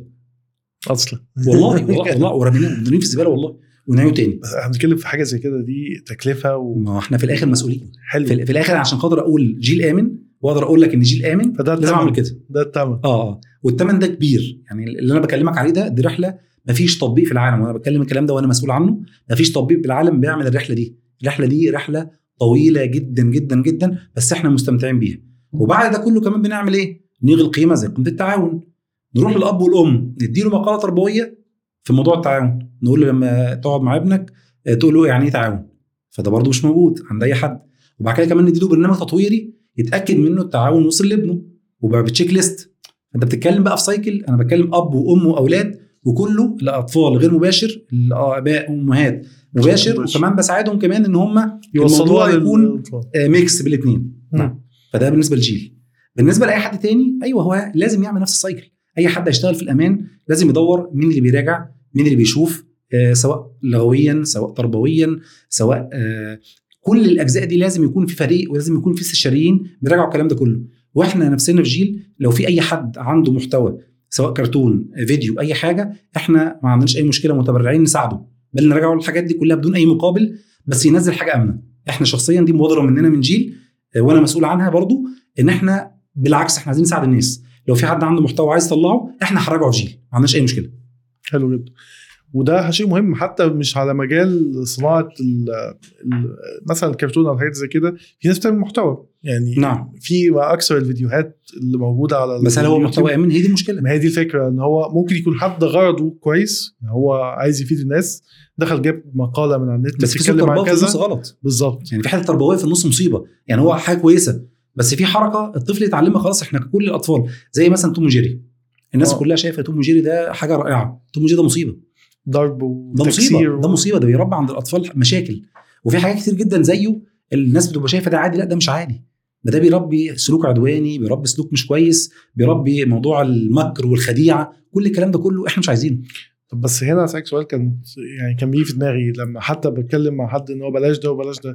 اصلا والله والله والله ورميناه ونرميه في الزباله والله ونعيده تاني. بس احنا بنتكلم في حاجه زي كده، دي تكلفه و... ما احنا في الاخر مسؤولين. حلو. في, في الاخر عشان خاطر اقول جيل امن واقدر اقول لك ان جيل امن لازم اعمل كده. ده الثمن. اه اه والثمن ده كبير. يعني اللي انا بكلمك عليه ده دي رحله مفيش تطبيق في العالم، وانا بتكلم الكلام ده وانا مسؤول عنه، مفيش تطبيق بالعالم بيعمل الرحله دي. الرحله دي رحله طويله جدا جدا جدا، بس احنا مستمتعين بيها. وبعد ده كله كمان بنعمل ايه؟ نيجي القيمه زي قيمه التعاون، نروح للاب والام نديله مقاله تربويه في موضوع التعاون، نقول له لما تقعد مع ابنك تقول له يعني ايه تعاون، فده برضو مش موجود عند اي حد. وبعد كده كمان نديله برنامج تطويري يتاكد منه التعاون وصل لابنه وبقى بتشيك ليست. انت بتتكلم بقى في سايكل، انا بتكلم اب وام واولاد وكله الاطفال غير مباشر، الاباء وامهات مباشر، وكمان بساعدهم كمان ان هم الموضوع يكون ميكس بالاثنين. فده بالنسبه للجيل. بالنسبه لاي حد تاني، ايوه هو لازم يعمل نفس السايكل. اي حد هيشتغل في الامان لازم يدور مين اللي بيراجع، مين اللي بيشوف، آه سواء لغويا سواء تربويا سواء آه كل الاجزاء دي لازم يكون في فريق، ولازم يكون في استشاريين بيراجعوا الكلام ده كله. واحنا نفسنا في جيل لو في اي حد عنده محتوى سواء كرتون فيديو اي حاجه، احنا ما عندناش اي مشكله، متبرعين نساعده، بل نراجعوا الحاجات دي كلها بدون اي مقابل، بس ينزل حاجه امنه. احنا شخصيا دي مبادره مننا من جيل وانا مسؤول عنها برضو، ان احنا بالعكس احنا عايزين نساعد الناس. لو في حد عنده محتوى عايز يطلعه احنا هنراجعه في جيل، ما عندناش اي مشكله. حلو جدا. وده شيء مهم حتى مش على مجال صناعه ال ال مثلا الكرتون او حاجات زي كده، في ناس بتعمل محتوى يعني. نعم. في اكثر الفيديوهات اللي موجوده على بس هل هو محتوى امن؟ هي دي المشكله. ما هي دي الفكره، ان هو ممكن يكون حد غرضه كويس، هو عايز يفيد الناس، دخل جاب مقاله من على النت بس بتتكلم عن كذا غلط. بالظبط. يعني في حته تربويه في النص مصيبه. يعني هو حاجه كويسه بس في حركه الطفل يتعلمها خلاص. احنا كل الاطفال زي مثلا توم وجيري، الناس أوه. كلها شايفه توم وجيري ده حاجه رائعه. توم وجيري ده مصيبه، ضرب وتكسير، ده مصيبه، ده بيربي عند الاطفال مشاكل. وفي حاجات كتير جدا زيه الناس بتبقى شايفه ده عادي، لا ده مش عادي، ده بيربي سلوك عدواني، بيربي سلوك مش كويس، بيربي موضوع المكر والخديعه، كل الكلام ده كله احنا مش عايزينه. طب بس هنا اسالك سؤال كان يعني كان بيجي في دماغي لما حتى بتكلم مع حد ان هو بلاش ده وبلاش ده.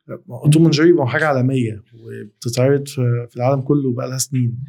توم اند جيري حاجه عالميه وبتتعرض في العالم كله بقى لها سنين،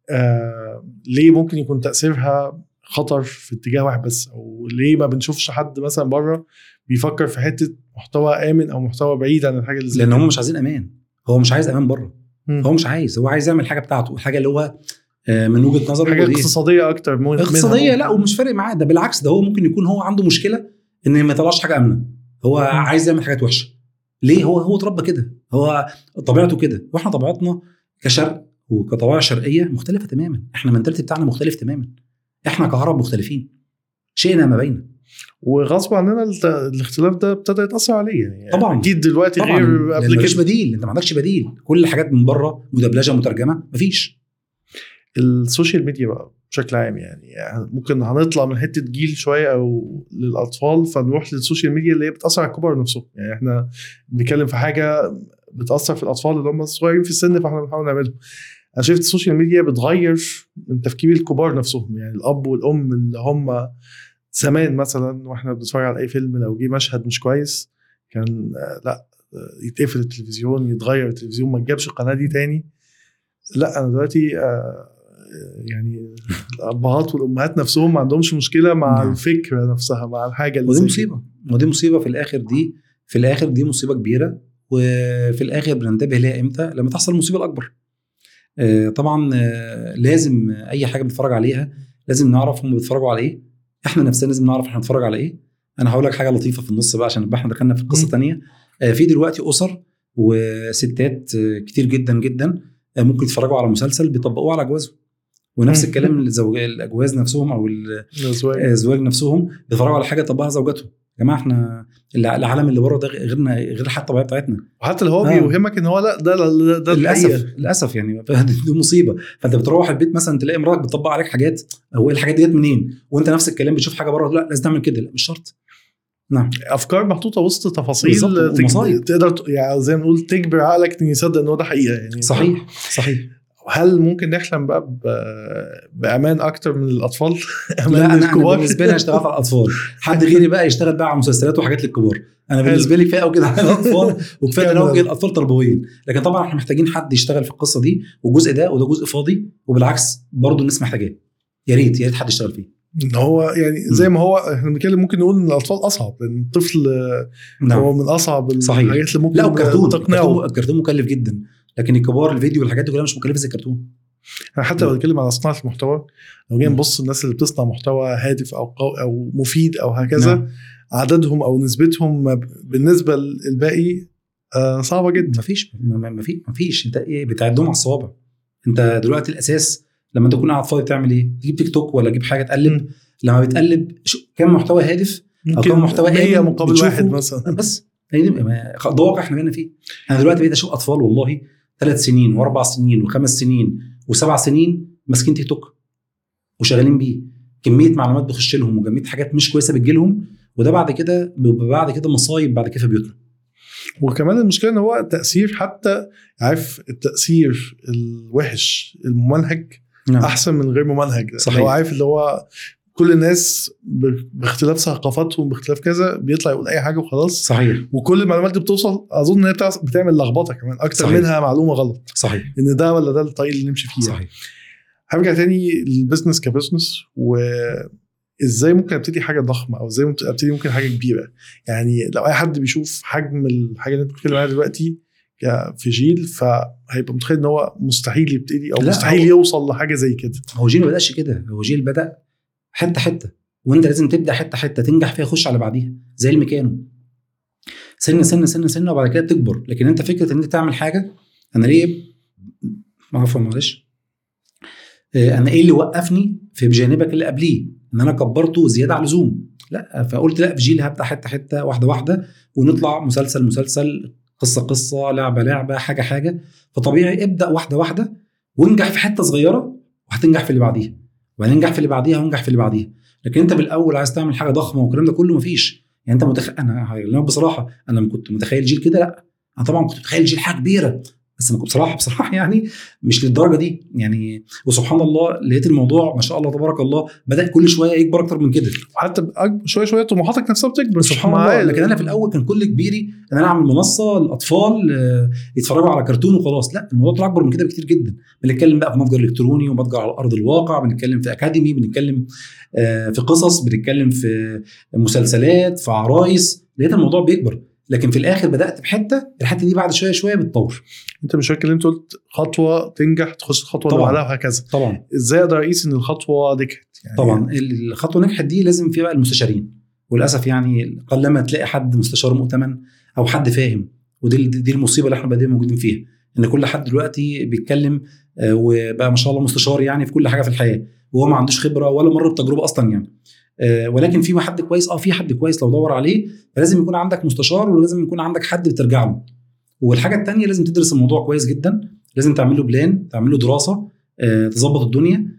آه ليه ممكن يكون تاثيرها خطر في اتجاه واحد بس؟ او ليه ما بنشوفش حد مثلا بره بيفكر في حته محتوى امن او محتوى بعيد عن الحاجه اللي زي لان هم مش عايزين امان. هو مش عايز امان بره، هو مش عايز، هو عايز يعمل حاجه بتاعته، الحاجه اللي هو من وجهه نظره حاجه اقتصاديه اكتر من اقتصاديه. لا ومش فارق معاه ده، بالعكس ده هو ممكن يكون هو عنده مشكله ان ما يطلعش حاجه امنه، هو م. عايز يعمل حاجات وحشه. ليه؟ هو هو اتربى كده، هو طبيعته كده، واحنا طبيعتنا كشرق وكطبيعه شرقيه مختلفه تماما. احنا المنتاليتي بتاعنا مختلف تماما، احنا كعرب مختلفين، شئنا ما بين. وغصب عننا الاختلاف ده ابتدى يتاثر عليه يعني. طبعا اكيد دلوقتي طبعاً غير قبل كده. مفيش بديل، انت ما عندكش بديل، كل الحاجات من بره مدبلجه مترجمه، مفيش. السوشيال ميديا بقى بشكل عام يعني, يعني ممكن هنطلع من حته جيل شويه او للاطفال فنروح للسوشيال ميديا اللي هي بتاثر على الكبار نفسهم. يعني احنا بنتكلم في حاجه بتاثر في الاطفال اللي هم صغيرين في السن، فاحنا بنحاول نعملها. انا شايف السوشيال ميديا بتغير من تفكير الكبار نفسهم، يعني الاب والام اللي هم زمان مثلا واحنا بنتفرج على اي فيلم لو جه مشهد مش كويس كان لا يتقفل التلفزيون، يتغير التلفزيون، ما تجيبش القناه دي تاني. لا انا دلوقتي يعني الابهات والامهات نفسهم ما عندهمش مشكله مع نعم. الفكره نفسها، مع الحاجه اللي ودي مصيبه، ودي مصيبه في الاخر. دي في الاخر دي مصيبه كبيره، وفي الاخر بننتبه لها امتى؟ لما تحصل المصيبه الاكبر. طبعا لازم اي حاجه بنتفرج عليها لازم نعرف هم بيتفرجوا على ايه، احنا نفسنا لازم نعرف احنا بنتفرج على ايه. انا هقول لك حاجه لطيفه في النص بقى عشان نبقى احنا دخلنا في قصه تانية. في دلوقتي اسر وستات كتير جدا جدا ممكن يتفرجوا على مسلسل بيطبقوه على جوازهم، ونفس مم. الكلام الزوج الاجواز نفسهم او الازواج الازواج نفسهم بيتفرجوا على حاجه طبقها زوجاتهم. يا جماعه احنا العالم اللي بره ده غيرنا، غير الحياه الطبيعيه بتاعتنا. وحتى اللي هو آه. بيوهمك ان هو لا ده ده, ده للاسف الحقيقة. للاسف يعني دي مصيبه. فانت بتروح البيت مثلا تلاقي مراتك بتطبق عليك حاجات، هو الحاجات دي جت منين؟ وانت نفس الكلام بتشوف حاجه بره لا لازم تعمل كده، لا مش شرط. نعم افكار محطوطه وسط تفاصيل بالظبط، ومصايب. تقدر يعني زي ما نقول تجبر عقلك ان يصدق ان هو ده حقيقه يعني. صحيح صحيح. هل ممكن نحلم بقى بامان اكتر من الاطفال؟ لا انا, أنا بالنسبه لي هشتغل على الاطفال، حد غيري بقى يشتغل بقى على مسلسلات وحاجات للكبار. انا بالنسبه لي كفايه كده على الاطفال، وكفايه ان هو الاطفال تربويين. لكن طبعا احنا محتاجين حد يشتغل في القصه دي، والجزء ده وده جزء فاضي، وبالعكس برضو الناس محتاجاه. يا ريت يا ريت حد يشتغل فيه. ان هو يعني زي ما هو احنا بنتكلم ممكن نقول ان الاطفال اصعب، لان الطفل نعم. هو من اصعب الحاجات اللي ممكن لا الكرتون تقنعه. الكرتون مكلف جدا، لكن الكبار الفيديو والحاجات دي كلها مش مكلفه زي الكرتون. حتى لو بنتكلم على صناعه المحتوى، لو جينا نبص الناس اللي بتصنع محتوى هادف او قوي او مفيد او هكذا، نعم. عددهم او نسبتهم بالنسبه للباقي آه صعبه جدا. مفيش مفيش مفيش انت ايه بتعدهم على الصوابع. انت دلوقتي الاساس لما انت تكون قاعد فاضي تعمل ايه؟ تجيب تيك توك ولا تجيب حاجه تقلب. م. لما بتقلب كم محتوى هادف او كم محتوى مية مقابل واحد مثلا، بس هي ده واقع احنا بقينا فيه. انا دلوقتي بقيت اشوف اطفال والله ثلاث سنين واربع سنين وخمس سنين وسبع سنين ماسكين تيك توك وشغالين بيه، كميه معلومات بتخش لهم وكميه حاجات مش كويسه بتجيلهم، وده بعد كده بعد كده مصايب بعد كده في بيوتنا. وكمان المشكله ان هو التاثير، حتى عارف التاثير الوحش الممنهج نعم. احسن من غير ممنهج. صحيح. لو عارف اللي هو كل الناس باختلاف ثقافاتهم باختلاف كذا بيطلع يقول اي حاجه وخلاص. صحيح. وكل المعلومات دي بتوصل اظن ان هي بتعمل لخبطه كمان اكتر. صحيح. منها معلومه غلط. صحيح. ان ده ولا ده الطريق اللي نمشي فيه. صحيح. هرجع تاني للبزنس كبزنس، وازاي ممكن ابتدي حاجه ضخمه او ازاي ممكن ابتدي ممكن حاجه كبيره. يعني لو اي حد بيشوف حجم الحاجه اللي انت بتتكلم عليها دلوقتي في جيل، فهيبقى متخيل ان هو مستحيل يبتدي او مستحيل هو يوصل لحاجه زي كده. هو جيل ما بداش كده، هو جيل بدا حته حته، وانت لازم تبدا حته حته تنجح فيها خش على بعديها زي الميكانو، سنه سنه سنه سنه وبعد كده تكبر. لكن انت فكره ان انت تعمل حاجه، انا ليه ما عارفه معلش انا ايه اللي وقفني في بجانبك اللي قبليه ان انا كبرته زياده على اللزوم؟ لا، فقلت لا في جيل هبدا حته حته واحده واحده ونطلع مسلسل مسلسل قصه قصه لعبه لعبه حاجه حاجه. فطبيعي ابدا واحده واحده وانجح في حته صغيره وهتنجح في اللي بعديها وهننجح في اللي بعديها وانجح في اللي بعديها. لكن انت بالاول عايز تعمل حاجه ضخمه والكلام ده كله مفيش. يعني انت متخ... انا بصراحه انا لما كنت متخيل جيل كده، لا انا طبعا كنت متخيل جيل حاجه كبيره، بس ما كنت بصراحه بصراحه يعني مش للدرجه دي يعني. وسبحان الله لقيت الموضوع ما شاء الله تبارك الله بدا كل شويه يكبر اكتر من كده، وحتى شويه شويه طموحاتك نفسها بتكبر سبحان الله. لكن انا في الاول كان كل كبيري ان انا اعمل منصه للاطفال يتفرجوا على كرتون وخلاص. لا، الموضوع طلع اكبر من كده بكتير جدا. بنتكلم بقى في متجر الكتروني ومتجر على ارض الواقع، بنتكلم في اكاديمي، بنتكلم في قصص، بنتكلم في مسلسلات، في عرايس. لقيت الموضوع بيكبر. لكن في الاخر بدات بحته، الحته دي بعد شويه شويه بتطور. انت مش فاكر انت قلت خطوه تنجح تخش الخطوه اللي بعدها وهكذا. طبعا ازاي اقدر اقيس ان الخطوه نجحت؟ يعني طبعا الخطوه نجحت دي لازم فيها بقى المستشارين، وللاسف يعني قلما تلاقي حد مستشار مؤتمن او حد فاهم. ودي دي المصيبه اللي احنا بقينا موجودين فيها، ان كل حد دلوقتي بيتكلم وبقى ما شاء الله مستشار يعني في كل حاجه في الحياه، وهو ما عندوش خبره ولا مر بتجربه اصلا يعني. ولكن في حد كويس، اه في حد كويس لو دور عليه. فلازم يكون عندك مستشار ولازم يكون عندك حد بترجع له. والحاجه الثانيه لازم تدرس الموضوع كويس جدا، لازم تعمل له بلان، تعمل له دراسه، آه، تظبط الدنيا.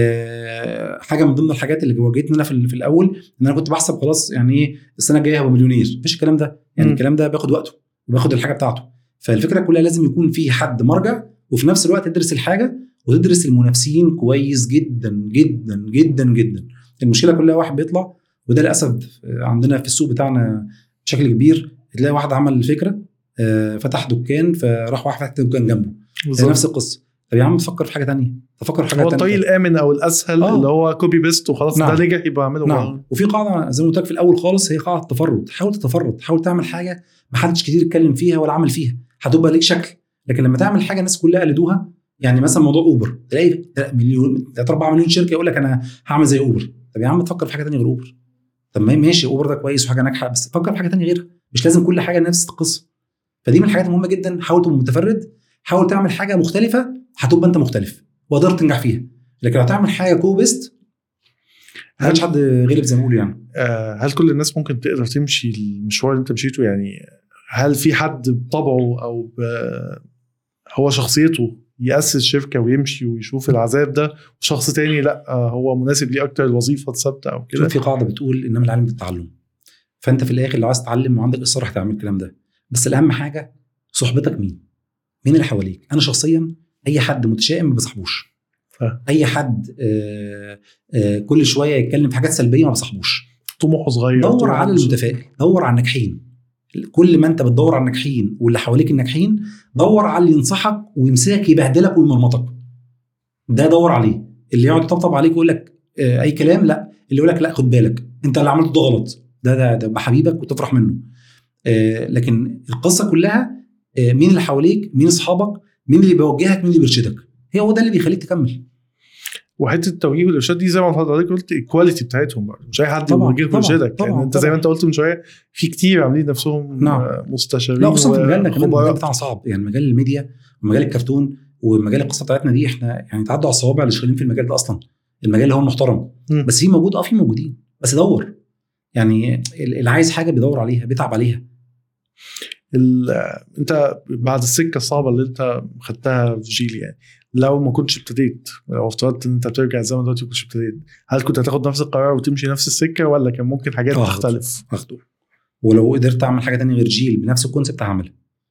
آه، حاجه من ضمن الحاجات اللي واجهتني انا في, في الاول ان انا كنت بحسب خلاص يعني ايه السنه الجايه هبقى مليونير. مفيش الكلام ده يعني. م. الكلام ده بياخد وقته وبياخد الحاجه بتاعته. فالفكره كلها لازم يكون في حد مرجع، وفي نفس الوقت تدرس الحاجه وتدرس المنافسين كويس جدا جدا جدا جدا. المشكله كلها واحد بيطلع، وده للاسف عندنا في السوق بتاعنا بشكل كبير، تلاقي واحد عمل الفكره فتح دكان فراح واحد فتح دكان جنبه نفس القصه. طب يا عم تفكر في حاجه تانية، تفكر في حاجه تانية. هو الطريق الامن او الاسهل آه. اللي هو كوبي بيست وخلاص. نعم. ده نجح يبقى اعمله. نعم. وفي قاعده زي ما قلت لك في الاول خالص، هي قاعده التفرد. حاول تتفرد، حاول تعمل حاجه ما حدش كتير يتكلم فيها ولا عمل فيها، هتبقى ليك شكل. لكن لما تعمل حاجه الناس كلها قلدوها، يعني مثلا موضوع اوبر، تلاقي مليون أربعة مليون شركه يقول لك انا هعمل زي اوبر. طب يا عم تفكر في حاجه تانية غير اوبر. طب ما ماشي اوبر ده كويس وحاجه ناجحه، بس فكر في حاجه تانية غيرها. مش لازم كل حاجه نفس القصه. فدي من الحاجات المهمه جدا. حاول تبقى متفرد، حاول تعمل حاجه مختلفه، هتبقى انت مختلف وقدرت تنجح فيها. لكن هتعمل حاجه كو بيست مش حد غلب زي ما بيقولوا يعني. هل كل الناس ممكن تقدر تمشي المشوار اللي انت مشيته؟ يعني هل في حد بطبعه او ب... هو شخصيته يأسس شركة ويمشي ويشوف العذاب ده، وشخص تاني لا هو مناسب ليه اكتر الوظيفة الثابتة او كده؟ في قاعدة بتقول انما العلم بالتعلم، فانت في الاخر لو عايز تتعلم وعندك اصرار هتعمل الكلام ده، بس الاهم حاجة صحبتك مين مين اللي حواليك. انا شخصيا اي حد متشائم ما بصاحبوش، اي حد آآ آآ كل شويه يتكلم في حاجات سلبيه ما بصاحبوش. طموحه صغير، دور على المتفائل، دور على الناجحين. كل ما انت بتدور على الناجحين واللي حواليك الناجحين، دور على اللي ينصحك ويمسكك يبهدلك ويمرمطك، ده دور عليه. اللي يقعد يطبطب عليك ويقول لك اي كلام لا، اللي يقول لك لا خد بالك انت اللي عملته ده غلط، ده ده, ده بحبيبك وتفرح منه. لكن القصه كلها مين اللي حواليك، مين اصحابك، مين اللي بيوجهك، مين اللي بيرشدك، هي هو ده اللي بيخليك تكمل. وحته التوجيه والارشاد دي زي ما حضرتك قلت الكواليتي بتاعتهم برضه، مش اي حد يوجهك ويرشدك، لان انت زي ما انت قلت من شويه في كتير عاملين نفسهم نعم. مستشارين. لا خصوصا في مجالنا كمان، المجال بتاعنا صعب يعني، مجال الميديا ومجال الكرتون ومجال القصه بتاعتنا دي، احنا يعني تعدوا على الصوابع اللي شغالين في المجال ده اصلا. المجال اللي هو المحترم م. بس في موجود اه في موجودين، بس دور يعني اللي عايز حاجه بيدور عليها بيتعب عليها. انت بعد السكه الصعبه اللي انت خدتها في جيل، يعني لو ما كنتش ابتديت، لو افترضت ان انت بترجع الزمن دلوقتي وكنتش ابتديت، هل كنت هتاخد نفس القرار وتمشي نفس السكه، ولا كان ممكن حاجات آه تختلف؟ اخده، ولو قدرت اعمل حاجه تانية غير جيل بنفس الكونسبت هعملها.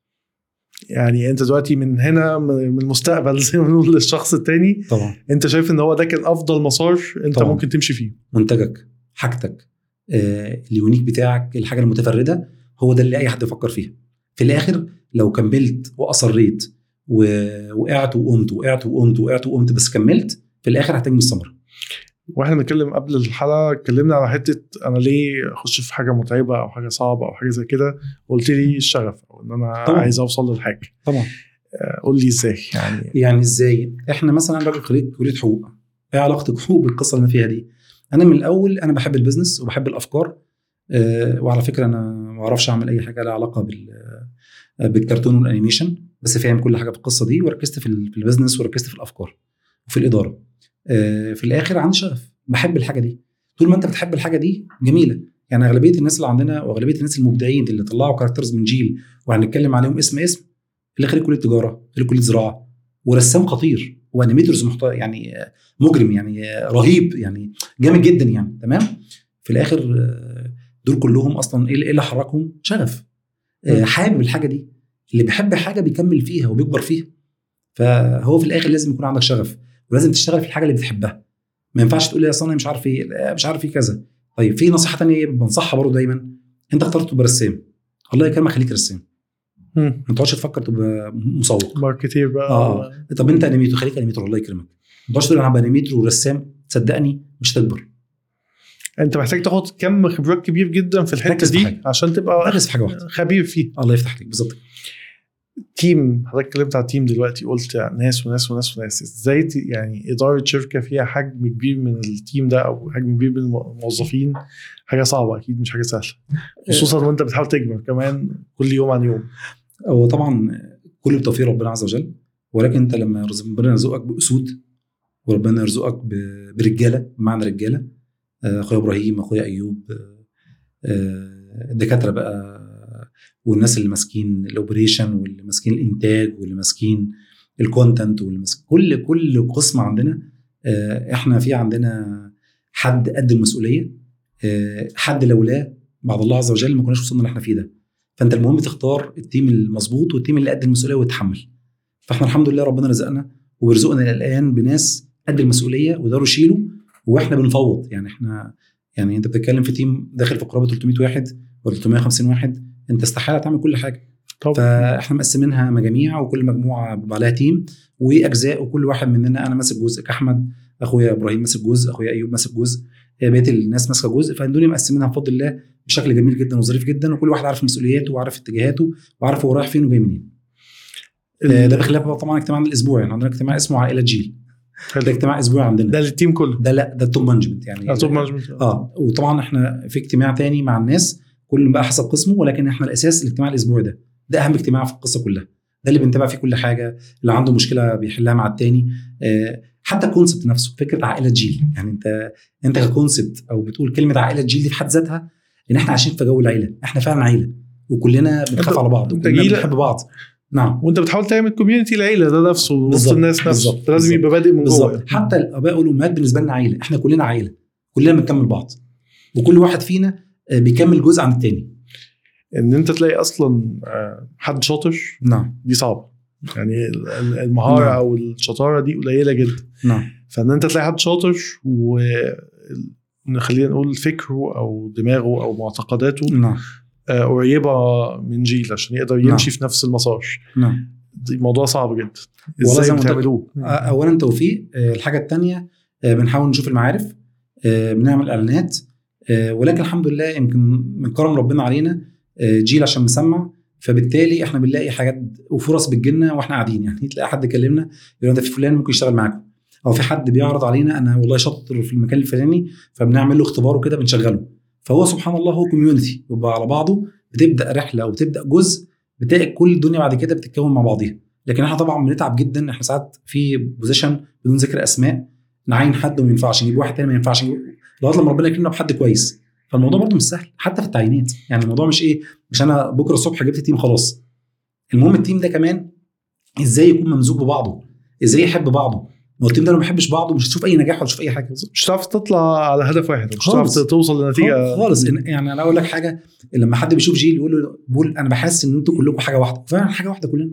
يعني انت دلوقتي من هنا من المستقبل زي ما بنقول للشخص التاني، طبعا انت شايف ان هو ده كان افضل مسار انت طبعا. ممكن تمشي فيه. منتجك، حاجتك، آه، اليونيك بتاعك، الحاجه المتفرده، هو ده اللي اي حد يفكر فيها. في الاخر لو كملت واصريت وقعت وقمت وقعت وقمت وقعت وقمت بس كملت، في الاخر هتجني الثمره. واحنا بنتكلم قبل الحلقه اتكلمنا على حته انا ليه اخش في حاجه متعبه او حاجه صعبه او حاجه زي كده، قلت لي الشغف او ان انا طبعا. عايز اوصل للحاجه. طبعا قول لي ازاي يعني يعني ازاي احنا مثلا راجل خريج كليه حقوق، ايه علاقه حقوق بالقصه اللي انا فيها دي؟ انا من الاول انا بحب البيزنس وبحب الافكار، أه وعلى فكره انا ما اعرفش اعمل اي حاجه لها علاقه بال بالكرتون والانيميشن، بس فاهم كل حاجه في القصه دي، وركزت في البيزنس وركزت في الافكار وفي الاداره. أه في الاخر عندي شغف، بحب الحاجه دي. طول ما انت بتحب الحاجه دي جميله. يعني اغلبيه الناس اللي عندنا واغلبيه الناس المبدعين اللي طلعوا كاركترز من جيل وهنتكلم عليهم اسم اسم، اللي خريج كليه تجاره، خريج كليه زراعه، ورسام خطير، وانيميتورز محتوى يعني مجرم يعني رهيب يعني جامد جدا يعني تمام. في الاخر دول كلهم اصلا ايه اللي حركهم؟ شغف، حابب الحاجه دي. اللي بيحب حاجه بيكمل فيها وبيكبر فيها. فهو في الاخر لازم يكون عندك شغف، ولازم تشتغل في الحاجه اللي بتحبها. ما ينفعش تقول لي اصلا انا مش عارف ايه مش عارف ايه كذا. طيب في نصيحه تانية بنصحها برضو دايما، انت اخترت تبقى رسام، الله يكرمك خليك رسام، ما تقعدش تفكر تبقى مسوق ماركتير بقى. اه طب انت انيميتور خليك انيميتور، الله يكرمك. ما تقعدش تقول انا هبقى انيميتور ورسام، صدقني مش تكبر. انت محتاج تاخد كم خبرات كبير جدا في الحته دي عشان تبقى ركز في حاجه واحده خبير فيه. الله يفتح عليك بالظبط. تيم، حضرتك اتكلمت على التيم دلوقتي، قلت ناس وناس وناس وناس، ازاي يعني اداره شركه فيها حجم كبير من التيم ده او حجم كبير من الموظفين؟ حاجه صعبه اكيد، مش حاجه سهله، خصوصا وانت بتحاول تكبر كمان كل يوم عن يوم. هو طبعا كل بتوفيق ربنا عز وجل، ولكن انت لما ربنا يرزقك باسود وربنا يرزقك برجاله، بمعنى رجاله، اخويا ابراهيم، اخويا ايوب، الدكاتره بقى والناس اللي ماسكين الاوبريشن واللي ماسكين الانتاج واللي ماسكين الكونتنت واللي ماسكين كل كل قسم عندنا، احنا في عندنا حد قد المسؤوليه، حد لولا بعد الله عز وجل ما كناش وصلنا اللي احنا فيه ده. فانت المهم تختار التيم المظبوط والتيم اللي قد المسؤوليه ويتحمل. فاحنا الحمد لله ربنا رزقنا وبيرزقنا الان بناس قد المسؤوليه ويقدروا يشيلوا، واحنا بنفوض. يعني احنا يعني انت بتتكلم في تيم داخل في قرابه ثلاثمية واحد ولا ثلاثمية وخمسين واحد، انت استحاله تعمل كل حاجه. طبعا. فاحنا مقسمينها مجاميع، وكل مجموعه بيبقى لها تيم واجزاء، وكل واحد مننا انا ماسك جزء كاحمد، اخويا ابراهيم ماسك جزء، اخويا ايوب ماسك جزء، بقيه الناس ماسكه جزء. فدول مقسمينها بفضل الله بشكل جميل جدا وظريف جدا، وكل واحد عارف مسؤولياته وعارف اتجاهاته وعارف هو رايح فين وجاي منين. ده بخلاف طبعا اجتماعنا الاسبوعي، يعني عندنا اجتماع اسمه عائله جيل، ده اجتماع اسبوعي عندنا، ده للتيم كله. ده لا ده التوب مانجمنت يعني التوب مانجمنت اه. وطبعا احنا في اجتماع تاني مع الناس كل بقى حسب قسمه، ولكن احنا الاساس الاجتماع الاسبوعي ده ده اهم اجتماع في القصه كلها. ده اللي بنتابع فيه كل حاجه، اللي عنده مشكله بيحلها مع التاني. آه حتى الكونسبت نفسه فكره عائله جيل. يعني انت انت ككونسبت او بتقول كلمه عائله جيل دي في حد ذاتها ان احنا عايشين في جو العيله، احنا فعلا عيله وكلنا بنخاف على بعض وكلنا بنحب بعض. نعم. وانت بتحاول تعمل كوميونتي العيله ده نفسه وسط الناس نفسه، لازم يبقى بادئ من جوه. حتى الاباء والامهات بالنسبه لنا عيله، احنا كلنا عيله، كلنا بنكمل بعض وكل واحد فينا بيكمل جزء عن التاني. ان انت تلاقي اصلا حد شاطر نعم دي صعبه، يعني المهاره نعم. او الشطاره دي قليله جدا. نعم. فان انت تلاقي حد شاطر و خلينا نقول فكره او دماغه او معتقداته نعم قريبه من جيل عشان يقدر يمشي نعم. في نفس المسار. نعم. دي موضوع صعب جدا. ازاي بتعملوه؟ اولا توفيق. الحاجه الثانيه بنحاول نشوف المعارف، بنعمل اعلانات، ولكن الحمد لله يمكن من كرم ربنا علينا جيل عشان مسمع، فبالتالي احنا بنلاقي حاجات وفرص بتجيلنا واحنا قاعدين. يعني تلاقي حد كلمنا يقول ده في فلان ممكن يشتغل معاكم، او في حد بيعرض علينا انا والله شاطر في المكان الفلاني فبنعمل له اختبار وكده بنشغله. فهو سبحان الله هو كوميونتي يبقى على بعضه، بتبدا رحله وبتبدا جزء، بتلاقي كل الدنيا بعد كده بتتكون مع بعضيها. لكن احنا طبعا بنتعب جدا، احنا ساعات في بوزيشن بدون ذكر اسماء نعين حد وما ينفعش، نجيب واحد تاني ما ينفعش، لغايه لما ربنا يكرمنا بحد كويس. فالموضوع برضه مش سهل حتى في التعيينات. يعني الموضوع مش ايه مش انا بكره الصبح جبت تيم خلاص. المهم التيم ده كمان ازاي يكون ممزوج ببعضه، ازاي يحب بعضه. ما التيم ده لو ما بيحبش بعضه مش هتشوف اي نجاح ولا تشوف اي حاجه، مش هتعرف تطلع على هدف واحد، مش هتعرف توصل لنتيجه خالص. يعني انا اقول لك حاجه، لما حد بيشوف جيل يقول له بقول انا بحس ان انتوا كلكم حاجه واحده، فعلا حاجه واحده كلنا.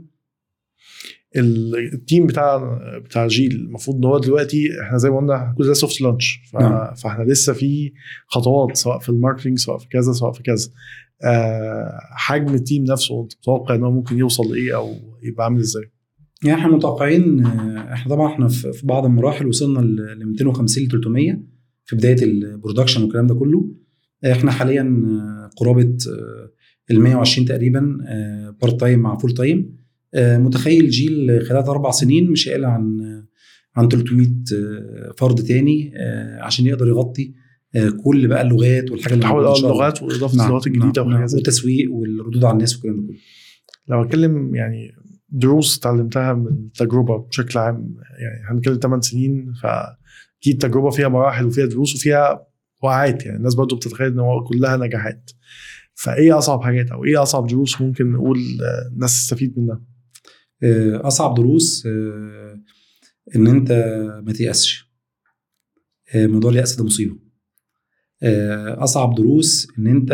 التيم بتاع بتاع جيل المفروض ان هو دلوقتي احنا زي ما قلنا كل ده سوفت لانش، ف... نعم. فاحنا لسه في خطوات سواء في الماركتنج سواء في كذا سواء في كذا. أه حجم التيم نفسه انت متوقع انه ممكن يوصل لايه او يبقى عامل ازاي؟ يعني احنا متوقعين، احنا طبعا احنا في بعض المراحل وصلنا ل مئتين وخمسين ل ثلاثمية في بدايه البرودكشن والكلام ده كله. احنا حاليا قرابه ال مئة وعشرين تقريبا بارت تايم مع فول تايم. متخيل جيل خلال اربع سنين مش هيقل عن عن ثلاثمية فرد تاني عشان يقدر يغطي كل بقى اللغات والحاجه اللي موجوده، اللغات واضافه نعم. اللغات الجديده نعم. والتسويق والردود على الناس والكلام ده كله. لو اتكلم يعني دروس تعلمتها من التجربه بشكل عام، يعني هنتكلم ثمان سنين، فاكيد تجربه فيها مراحل وفيها دروس وفيها وقعات. يعني الناس برضو بتتخيل ان هو كلها نجاحات، فايه اصعب حاجات او ايه اصعب دروس ممكن نقول الناس تستفيد منها؟ اصعب دروس ان انت ما تيأسش، موضوع اليأس ده مصيبه. اصعب دروس ان انت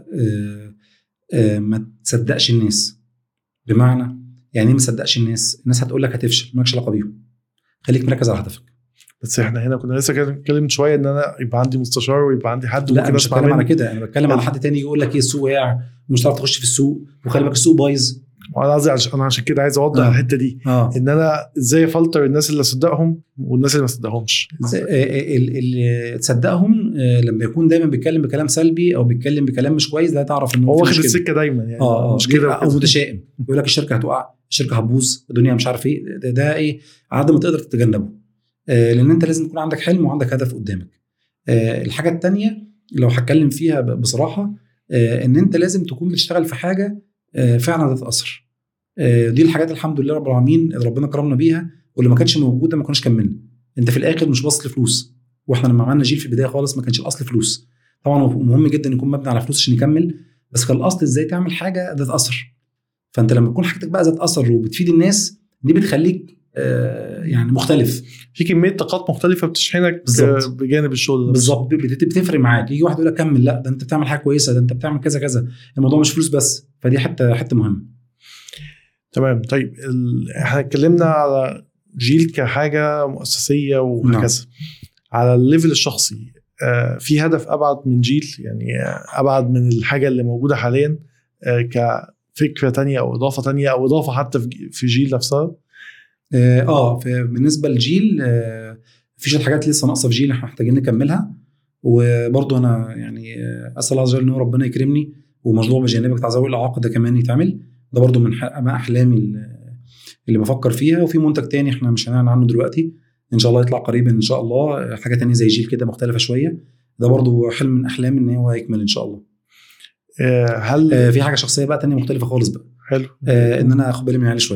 ما تصدقش الناس. بمعنى يعني ما تصدقش الناس، الناس هتقول لك هتفشل، مالكش علاقه بيهم، خليك مركز على هدفك. بس احنا هنا كنا لسه اتكلمت شويه ان انا يبقى عندي مستشار ويبقى عندي حد ممكن اسمع منه. انا كده انا بتكلم على حد تاني يقول لك ايه السوق واقع ومش هتعرف تخش في السوق وخلي بالك السوق بايظ. وانا قصدي انا عشان كده عايز اوضح آه. الحته دي آه. ان انا ازاي افلتر الناس اللي اصدقهم والناس اللي ما اصدقهمش. اللي تصدقهم لما يكون دايما بيتكلم بكلام سلبي او بيتكلم بكلام مش كويس، ده تعرف انه هو واخد السكه دايما يعني آه. مش كده او متشائم يقول لك الشركه هتقع، الشركه هتبوظ، الدنيا مش عارف ايه. ده, ده ايه عاده ما تقدر تتجنبه، آه لان انت لازم يكون عندك حلم وعندك هدف قدامك. آه الحاجه الثانيه لو هتكلم فيها بصراحه، آه ان انت لازم تكون بتشتغل في حاجه آه فعلا تتاثر. آه دي الحاجات الحمد لله رب العالمين اللي ربنا كرمنا بيها، واللي ما كانتش موجوده ما كناش كملنا. انت في الاخر مش باصص لفلوس، واحنا لما عملنا جيل في البدايه خالص ما كانش الاصل فلوس. طبعا مهم جدا يكون مبني على فلوس عشان يكمل، بس كان الاصل ازاي تعمل حاجه ذات اثر. فانت لما تكون حاجتك بقى ذات اثر وبتفيد الناس، دي بتخليك آه يعني مختلف، في كميه طاقات مختلفه بتشحنك بجانب الشغل بالظبط. بتفرق معاك، يجي واحد يقول لك كمل، لا ده انت بتعمل حاجه كويسه، ده انت بتعمل كذا كذا، الموضوع مش فلوس بس. فدي حته حته مهمه. تمام. طيب ال... احنا اتكلمنا على جيل كحاجه مؤسسيه وهكذا. على الليفل الشخصي آه في هدف ابعد من جيل، يعني ابعد من الحاجه اللي موجوده حاليا، آه كفكره تانية او اضافه تانية او اضافه حتى في جيل نفسها؟ اه, آه بالنسبه للجيل آه في شويه حاجات لسه ناقصه في جيل احنا محتاجين نكملها. وبرضه انا يعني اسال الله عز وجل ان ربنا يكرمني ومشروع بجانبك بتاع ذوي الاعاقه ده كمان يتعمل. ده برضو من احلامي اللي بفكر فيها. وفي منتج تاني احنا مش هنعلن عنه دلوقتي، ان شاء الله يطلع قريبا ان شاء الله، حاجه تانية زي جيل كده مختلفه شويه. ده برضو حلم من احلامي ان هو يكمل ان شاء الله. هل آه في حاجه شخصيه بقى تانية مختلفه خالص بقى؟ حلو. آه ان انا اخد بالي من عيالي شويه،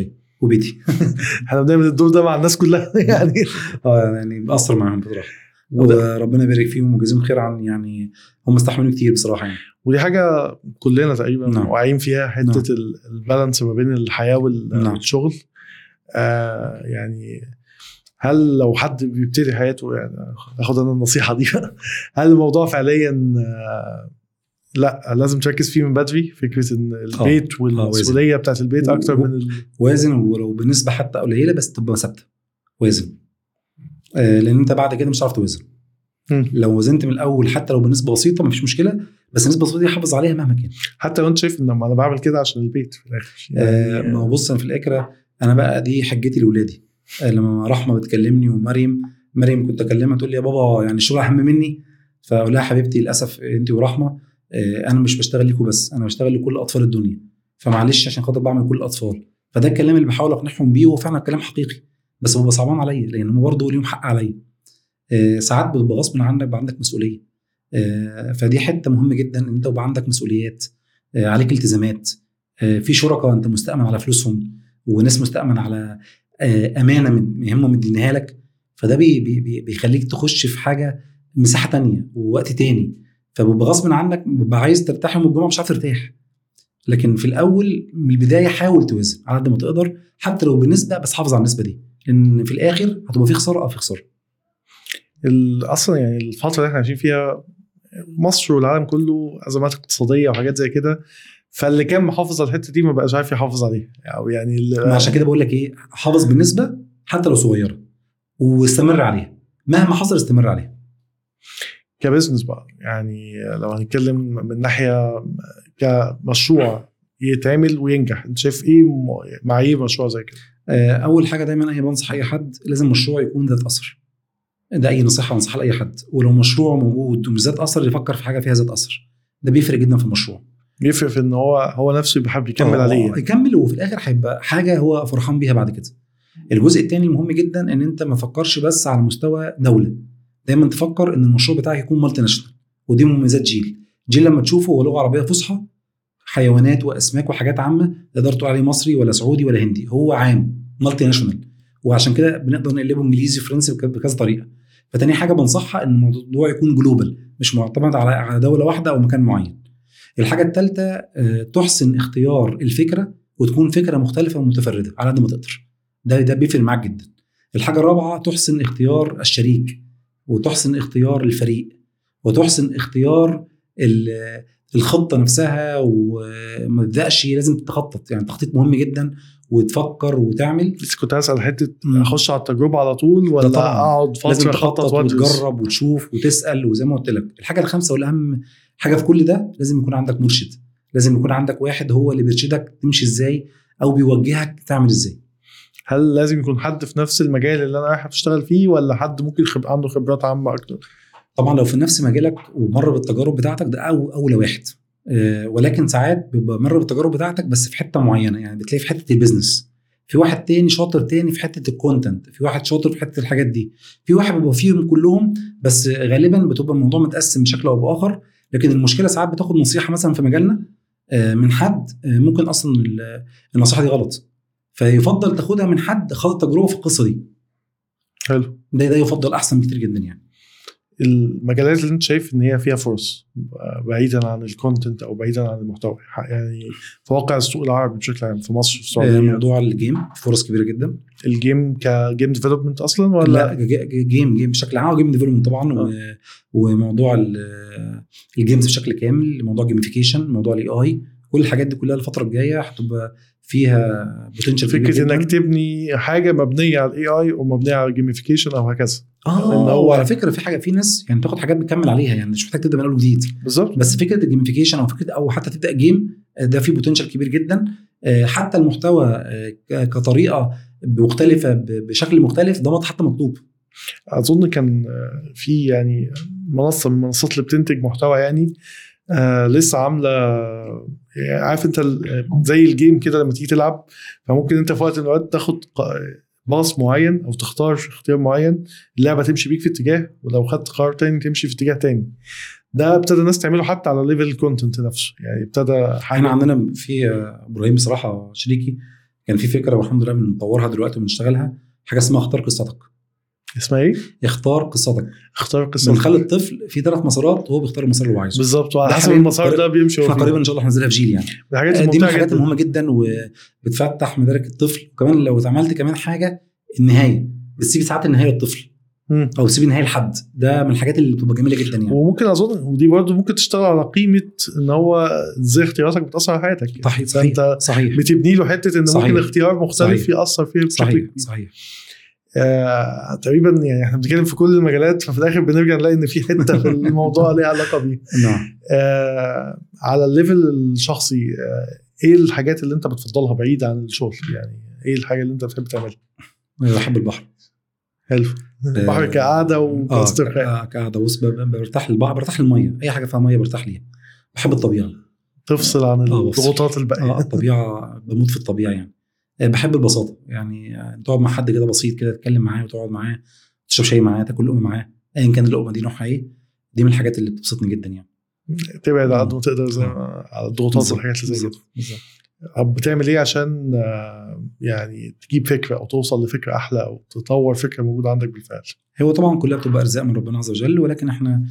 وبيتي. احنا بنعمل الدور ده مع الناس كلها يعني. اه يعني بأثر معاهم بصراحه، وده- وربنا يبارك فيهم ويجزيهم خير عن يعني هم استحملوا كتير بصراحه يعني. ودي حاجه كلنا تقريبا نعم. واعيين فيها، حته نعم. ال- البالانس ما بين الحياه وال- نعم. والشغل. آه يعني هل لو حد بيبتدي حياته، يعني اخد انا النصيحه دي هل الموضوع فعليا آه لا لازم تركز فيه من بدري، فكره ان البيت آه، والمسؤوليه بتاعت البيت و- اكتر و- من ال... وازن، ولو بنسبه حتى قليله بس تبقى ثابته، وازن. آه لان انت بعد كده مش هتعرف توازن. مم. لو وزنت من الاول حتى لو بنسبه بسيطه مفيش مشكله، بس النسبه البسيطه دي حافظ عليها مهما كان. حتى لو انت شايف ان انا بعمل كده عشان البيت في الاخر آه ما هو بص، انا في الاخر انا بقى دي حجتي لاولادي. آه لما رحمه بتكلمني ومريم مريم كنت اكلمها تقول لي يا بابا يعني الشغل اهم مني، فاقول لها حبيبتي للاسف انت ورحمه، آه انا مش بشتغل لكم بس، انا بشتغل لكل اطفال الدنيا، فمعلش عشان خاطر بعمل كل الاطفال. فده الكلام اللي بحاول اقنعهم بيه، وهو فعلا كلام حقيقي، بس هو صعبان عليا لان هم برضه ليهم حق عليا. آه ساعات بتبقى غصب عنك بقى عندك مسؤوليه. آه فدي حته مهمه جدا ان انت يبقى عندك مسؤوليات، آه عليك التزامات، آه في شركاء انت مستأمن على فلوسهم، وناس مستأمن على آه امانه من هم مدينها لك. فده بي بي بيخليك تخش في حاجه مساحه تانية ووقت تاني، فبيبقى غصب عنك بيبقى عايز ترتاح يوم الجمعه مش عارف ترتاح. لكن في الاول من البدايه حاول توازن على قد ما تقدر، حتى لو بالنسبه، بس حافظ على النسبه دي، لان في الاخر هتبقى في خساره او في خساره. ال- اصلا يعني الفتره اللي احنا عايشين فيها مصر والعالم كله ازمات اقتصاديه وحاجات زي كده، فاللي كان محافظ على الحته دي ما بقاش عارف يحافظ عليها، او يعني اللي- ما عشان كده بقول لك ايه، حافظ بالنسبه حتى لو صغيره واستمر عليها، مهما حصل استمر عليها. كبزنس بقى، يعني لو هنتكلم من ناحيه كمشروع يتعمل وينجح، انت شايف ايه م- معايير مشروع زي كده؟ آه، اول حاجه دايما انا بنصح اي حد لازم مشروع يكون ذات اثر. ده اي نصيحه انصحها لاي حد، ولو مشروع موجود ومش ذات اثر يفكر في حاجه فيها ذات اثر، ده بيفرق جدا في المشروع. يفرق في ان هو هو نفسه يبقى حابب يكمل آه، عليه يعني. يكمل، وفي الاخر هيبقى حاجه هو فرحان بيها بعد كده. الجزء الثاني المهم جدا ان انت ما تفكرش بس على مستوى دوله، دايما تفكر ان المشروع بتاعك يكون مالتي ناشونال، ودي مميزات جيل. جيل لما تشوفه هو لغه عربيه فصحى، حيوانات واسماك وحاجات عامه، تقدر تقول عليه مصري ولا سعودي ولا هندي، هو عام مالتي ناشونال، وعشان كده بنقدر نقلبه انجليزي فرنسي بك- بكذا طريقه. فتاني حاجه بنصحها ان الموضوع يكون جلوبال، مش معتمد على على دوله واحده او مكان معين. الحاجه الثالثه تحسن اختيار الفكره، وتكون فكره مختلفه ومتفرده على قد ما تقدر، ده ده بيفرق معاك جدا. الحاجه الرابعه تحسن اختيار الشريك، وتحسن اختيار الفريق، وتحسن اختيار ال- الخطه نفسها، وما تبداش لازم تخطط، يعني التخطيط مهم جدا، وتفكر وتعمل. بس كنت هسأل حته مم. اخش على التجربه على طول ده ولا طبعاً. اقعد لازم فتره تخطط اخطط وادرس؟ وتجرب وتشوف وتسال، وزي ما قلت لك الحاجه الخامسه والاهم حاجه في كل ده، لازم يكون عندك مرشد، لازم يكون عندك واحد هو اللي بيرشدك تمشي ازاي او بيوجهك تعمل ازاي. هل لازم يكون حد في نفس المجال اللي انا رايح اشتغل فيه، ولا حد ممكن خب... عنده خبرات عامه اكتر؟ طبعا لو في نفس مجالك ومر بالتجارب بتاعتك ده أو اولى واحد، أه ولكن ساعات بيبقى مر بالتجارب بتاعتك بس في حته معينه، يعني بتلاقي في حته البيزنس في واحد تاني شاطر تاني في حته الكونتنت، في واحد شاطر في حته الحاجات دي، في واحد بيبقى فيهم كلهم، بس غالبا بتبقى الموضوع متقسم بشكل او باخر. لكن المشكله ساعات بتاخد نصيحه مثلا في مجالنا أه من حد، أه ممكن اصلا النصيحه دي غلط، فيفضل تاخدها من حد خاض تجربه في القصه دي. حلو. ده ده يفضل احسن بكتير جدا يعني. المجالات اللي انت شايف ان هي فيها فرص بعيدا عن الكونتنت او بعيدا عن المحتوى، يعني في واقع السوق العربي بشكل عام في مصر في السعوديه، موضوع الجيم فرص كبيره جدا. الجيم كجيم ديفلوبمنت اصلا ولا لا جيم جيم بشكل عام، جيم ديفلوبمنت طبعا. آه. وموضوع الجيمز بشكل كامل، موضوع جيميفيكيشن، موضوع الاي اي، كل الحاجات دي كلها الفتره الجايه هتبقى فيها بوتنشال. فكره انك تبني حاجه مبنيه على الاي اي ومبنيه على الجيميفيكيشن او هكذا. اه هو على فكره في حاجه، في ناس يعني تاخد حاجات بتكمل عليها، يعني مش محتاج تبدا من اول جديد بالظبط. بس فكره الجيميفيكيشن او فكره او حتى تبدا جيم، ده فيه بوتنشال كبير جدا. حتى المحتوى كطريقه مختلفه بشكل مختلف ده حتى مطلوب. اظن كان في يعني منصه من المنصات اللي بتنتج محتوى يعني آه لسه عامله، يعني عارف انت زي الجيم كده لما تيجي تلعب، فممكن انت في وقت من الاوقات تاخد باص معين او تختار اختيار معين، اللعبه تمشي بيك في اتجاه، ولو خدت قرار تاني تمشي في اتجاه تاني. ده ابتدى الناس تعمله حتى على ليفل الكونتنت نفسه، يعني ابتدى احنا عندنا في ابراهيم بصراحه شريكي كان في فكره والحمد لله بنطورها دلوقتي وبنشتغلها، حاجه اسمها اختار قصتك. اسمها ايه؟ اختار قصتك. اختار قصتك. بنخلي الطفل في ثلاث مسارات وهو بيختار المسار اللي هو عايزه بالظبط، وعلى حسب المسار ده بيمشي. احنا قريبا ان شاء الله هننزلها في جيل يعني. الحاجات دي من الحاجات جداً. المهمه جدا وبتفتح مدارك الطفل. وكمان لو اتعملت كمان حاجه النهايه، بتسيب ساعات النهايه للطفل مم. او تسيب النهايه لحد، ده من الحاجات اللي بتبقى جميله جدا يعني. وممكن اظن ودي برضه ممكن تشتغل على قيمه ان هو ازاي اختياراتك بتاثر على حياتك. صحيح صحيح انت صحيح بتبني له حته ان صحيح. ممكن اختيار مختلف صحيح. ياثر فيه بشكل صحيح كبير. صحيح. آه، تقريبا يعني احنا بنتكلم في كل المجالات، ففي الاخر بنرجع نلاقي ان في حته في الموضوع ليها علاقه بيه. نعم. آه، على الليفل الشخصي، آه، ايه الحاجات اللي انت بتفضلها بعيد عن الشغل؟ يعني ايه الحاجه اللي انت بتحب تعملها؟ بحب البحر. حلو. البحر كقعده وكاسترخاء. اه كقعده. بص برتاح للبحر، برتاح للميه، اي حاجه فيها ميه برتاح ليها. بحب الطبيعه، تفصل عن الضغوطات الباقيه. اه الطبيعه بموت في الطبيعه يعني. بحب البساطه يعني، تقعد مع حد كده بسيط كده، تتكلم معاه وتقعد معاه، تشرب شاي معاه، تاكل لقمه معاه، ايا كان اللقمه دي نوعها ايه. دي من الحاجات اللي بتبسطني جدا يعني. تبعد على قد ما تقدر زي على الضغوطات والحاجات اللي زي كده. طب بتعمل ايه عشان يعني تجيب فكره او توصل لفكره احلى او تطور فكره موجوده عندك بالفعل؟ هو طبعا كلها بتبقى ارزاق من ربنا عز وجل، ولكن احنا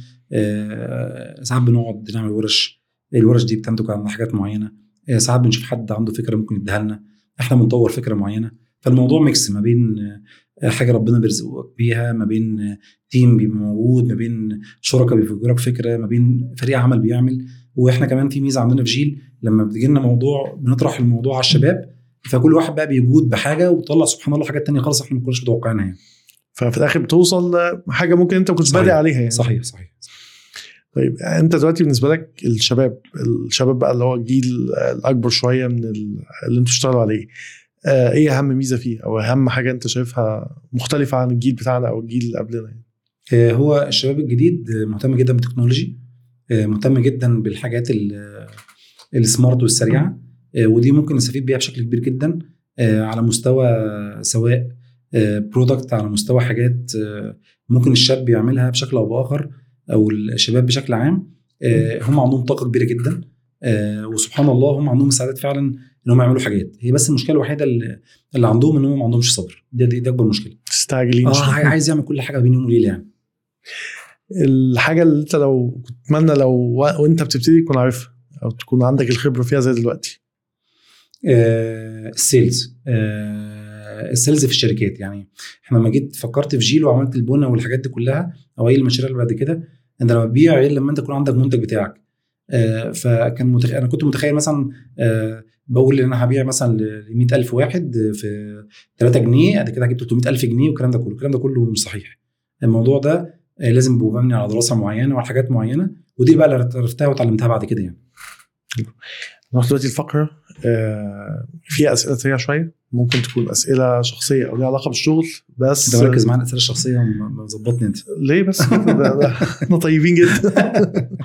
ساعات بنقعد نعمل ورش. الورش دي بتنتج عن حاجات معينه. ساعات بنشوف حد عنده فكره ممكن يديها لنا، احنا بنطور فكره معينه. فالموضوع ميكس ما بين حاجه ربنا بيرزقك بيها، ما بين تيم بيبقى موجود، ما بين شركاء بيفكروا فكره، ما بين فريق عمل بيعمل. واحنا كمان في ميزه عندنا في جيل، لما بتجي لنا موضوع بنطرح الموضوع على الشباب، فكل واحد بقى بيجود بحاجه وطلع سبحان الله حاجات تانية خالص احنا ما كناش متوقعينها يعني. ففي الاخر بتوصل لحاجه ممكن انت كنت بادئ عليها يعني. صحيح صحيح. طيب انت دلوقتي بالنسبه لك الشباب الشباب بقى اللي هو الجيل الاكبر شويه من اللي انتوا بتشتغلوا عليه، آه ايه اهم ميزه فيه او اهم حاجه انت شايفها مختلفه عن الجيل بتاعنا او الجيل اللي قبلنا يعني؟ آه هو الشباب الجديد مهتم جدا بالتكنولوجي، آه مهتم جدا بالحاجات السمارت والسريعه، آه ودي ممكن نستفيد بيها بشكل كبير جدا، آه على مستوى سواء آه برودكت، على مستوى حاجات آه ممكن الشاب يعملها بشكل او باخر، او الشباب بشكل عام. آه هم عندهم طاقه كبيره جدا، آه وسبحان الله هم عندهم استعداد فعلا انهم يعملوا حاجات. هي بس المشكله الوحيده اللي, اللي عندهم انهم ما عندهمش صبر. دي, دي, دي اكبر مشكله. مستعجلين. اه عايز يعمل كل حاجه بين يوم وليله يعني. الحاجه اللي انت لو كنت تتمنى لو وانت بتبتدي تكون عارفها او تكون عندك الخبره فيها زي دلوقتي؟ آه السيلز. آه السيلز في الشركات يعني. احنا لما جيت فكرت في جيل وعملت البنى والحاجات دي كلها او اي المشاريع اللي بعد كده، انت لما تبيع غير لما انت يكون عندك منتج بتاعك. آه فكان متخ... انا كنت متخيل مثلا آه بقول ان انا هبيع مثلا ل مئة ألف واحد في ثلاثة جنيه، بعد كده هجيب ثلاثمئة ألف جنيه والكلام ده كله. الكلام ده كله مش صحيح. الموضوع ده آه لازم يبقى مبني على دراسه معينه وعلى حاجات معينه، ودي بقى اللي عرفتها وتعلمتها بعد كده يعني. نروح دلوقتي الفقره آه فيها اسئله سريعه شويه، ممكن تكون اسئله شخصيه او ليها علاقه بالشغل بس. انت مركز معانا الاسئله الشخصيه ومظبطني انت ليه بس؟ احنا طيبين جدا.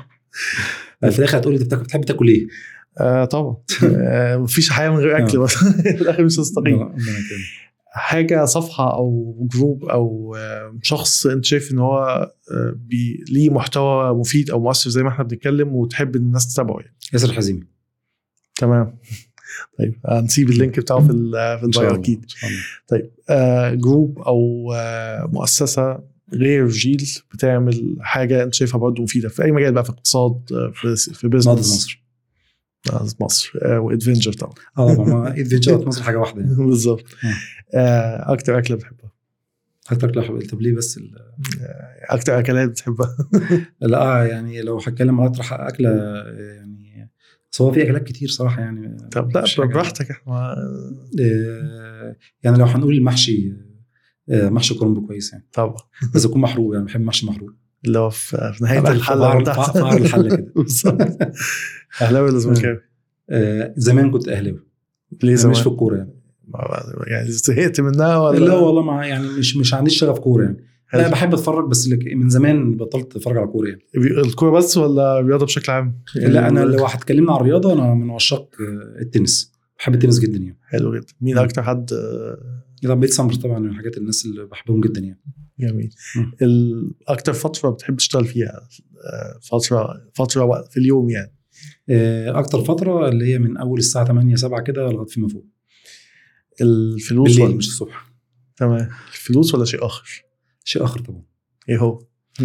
في الاخر هتقولي انت بتحب تاكل ايه؟ آه طبعا. آه مفيش حياه من غير اكل، بس في الاخر مش هستقيم. حاجه صفحه او جروب او شخص انت شايف ان هو بي ليه محتوى مفيد او مؤثر زي ما احنا بنتكلم وتحب ان الناس تتابعه يعني؟ ياسر الحزيمي. تمام. طيب هنسيب اللينك بتاعه في في البايو اكيد. طيب آه جروب او آه مؤسسه غير جيل بتعمل حاجه انت شايفها برضه مفيده في اي مجال بقى، في اقتصاد، في في بيزنس. نهضة مصر. نهضة مصر آه وادفنجر طبعا. اه طبعا ادفنجر مصر حاجه واحده يعني. بالظبط. آه اكتر اكله بتحبها؟ اكتر اكله بحبها. طب ليه بس اكتر اكلات بتحبها؟ لا يعني لو هتكلم على اكتر اكله يعني سواء في اكلات كتير صراحه يعني. طب لا براحتك احنا. يعني لو هنقول المحشي، محشي كرنب كويس يعني طبعا، بس يكون محروق يعني. بحب محشي محروق اللي هو في نهايه الحلقه تحت فقر الحله كده. بالظبط. اهلاوي ولا زملكاوي؟ زمان كنت اهلاوي. ليه زمان؟ مش في الكوره يعني. يعني زهقت منها ولا؟ لا والله ما يعني مش مش عنديش شغف كوره يعني. لا بحب اتفرج بس من زمان بطلت اتفرج على كوره يعني. الكوره بس ولا الرياضه بشكل عام؟ يعني لا انا لو هتكلمنا عن الرياضه انا من عشاق التنس. بحب التنس جدا يعني. حلو جدا. مين م. اكتر حد؟ لا بيت سمر طبعا من الحاجات الناس اللي بحبهم جدا يعني. جميل. الاكتر فتره بتحب تشتغل فيها فتره فتره في اليوم يعني؟ اكتر فتره اللي هي من اول الساعه ثمانية سبعة كده لغايه فيما فوق. الفلوس بالليل ولا مش الصبح. تمام، الفلوس ولا شيء اخر؟ شيء اخر طبعا. ايه هو؟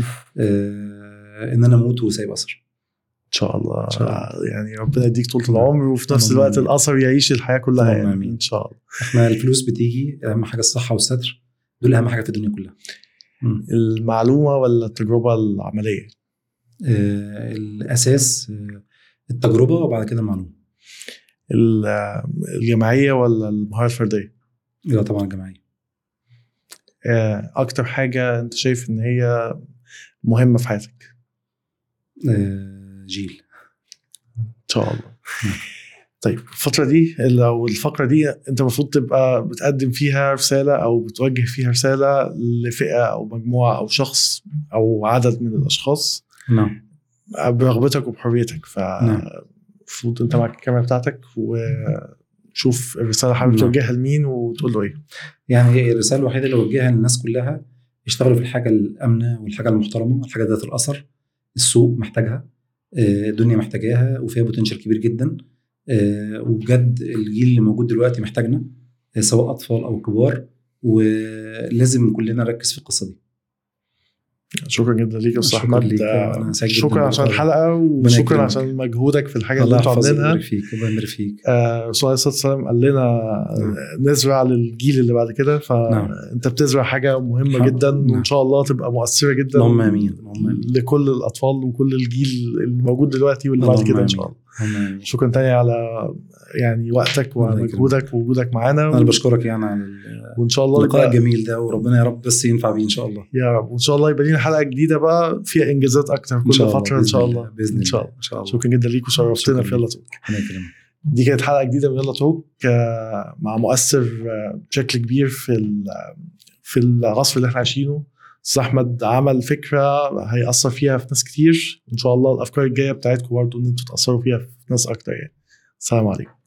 آه ان انا اموت وسايب اثر ان شاء الله. إن شاء الله. يعني ربنا يديك طول نعم. العمر، وفي نفس اللهم الوقت آمين. الاثر يعيش الحياه كلها اللهم يعني. آمين. ان شاء الله. احنا الفلوس بتيجي، اهم حاجه الصحه والستر، دول اهم حاجه في الدنيا كلها. مم. المعلومه ولا التجربه العمليه؟ آه الاساس آه التجربه، وبعد كده المعلومه. ال- الجماعيه ولا المهاره الفرديه؟ لا طبعا الجماعيه. آه، اكتر حاجه انت شايف ان هي مهمه في حياتك؟ آه جيل. ان شاء الله. طيب الفترة دي أو الفقرة دي أنت المفروض تبقى بتقدم فيها رسالة أو بتوجه فيها رسالة لفئة أو مجموعة أو شخص أو عدد من الأشخاص نعم. برغبتك وبحريتك. نعم. فالمفروض أنت معك الكاميرا بتاعتك وشوف الرسالة حابب نعم. توجهها لمين وتقول له إيه. يعني الرساله الوحيده اللي وجهها للناس كلها: يشتغلوا في الحاجه الامنه والحاجه المحترمه والحاجه ذات الاثر. السوق محتاجها، آه، الدنيا محتاجاها، وفيها بوتنشال كبير جدا. آه، وبجد الجيل اللي موجود دلوقتي محتاجنا، آه، سواء اطفال او كبار، ولازم كلنا نركز في القصه دي. شكرا جدا ليك يا استاذ شكرا احمد. ليك، أنا سعيد جداً شكرا عشان باللقاء. الحلقه، ربنا وشكرا يكرمك. عشان مجهودك في الحاجه اللي الله انتوا يحفظك عاملينها. ويبارك فيك. الله يبارك فيك. آه، رسول الله صلى الله عليه وسلم قال لنا نعم. نزرع للجيل اللي بعد كده، فانت بتزرع حاجه مهمه نعم. جدا، نعم. وان شاء الله تبقى مؤثره جدا. اللهم امين. اللهم امين. لكل الاطفال وكل الجيل اللي موجود دلوقتي واللي بعد اللهم كده ان آمين. شاء الله. اللهم امين. شكرا تاني على يعني وقتك الله ومجهودك ووجودك معانا. انا بشكرك يعني على وان شاء الله اللقاء يبقى الجميل ده، وربنا يا رب بس ينفع بيه ان شاء الله. يا رب، وان شاء الله يبقى لنا حلقه جديده بقى فيها انجازات اكتر ان كل شاء الله فتره ان شاء الله. باذن ان شاء الله. الله. ان شاء الله. شكرا جدا ليك وشرفتنا شكراً في يلا ليك. توك. ربنا يكرمك. دي كانت حلقه جديده من يلا توك آه، مع مؤثر آه، بشكل كبير في ال- في العصر اللي احنا عايشينه. استاذ احمد عمل فكره هيأثر فيها في ناس كتير، ان شاء الله الافكار الجايه بتاعتكم برضه ان انتوا تأثروا فيها في ناس اكتر يعني. السلام عليكم.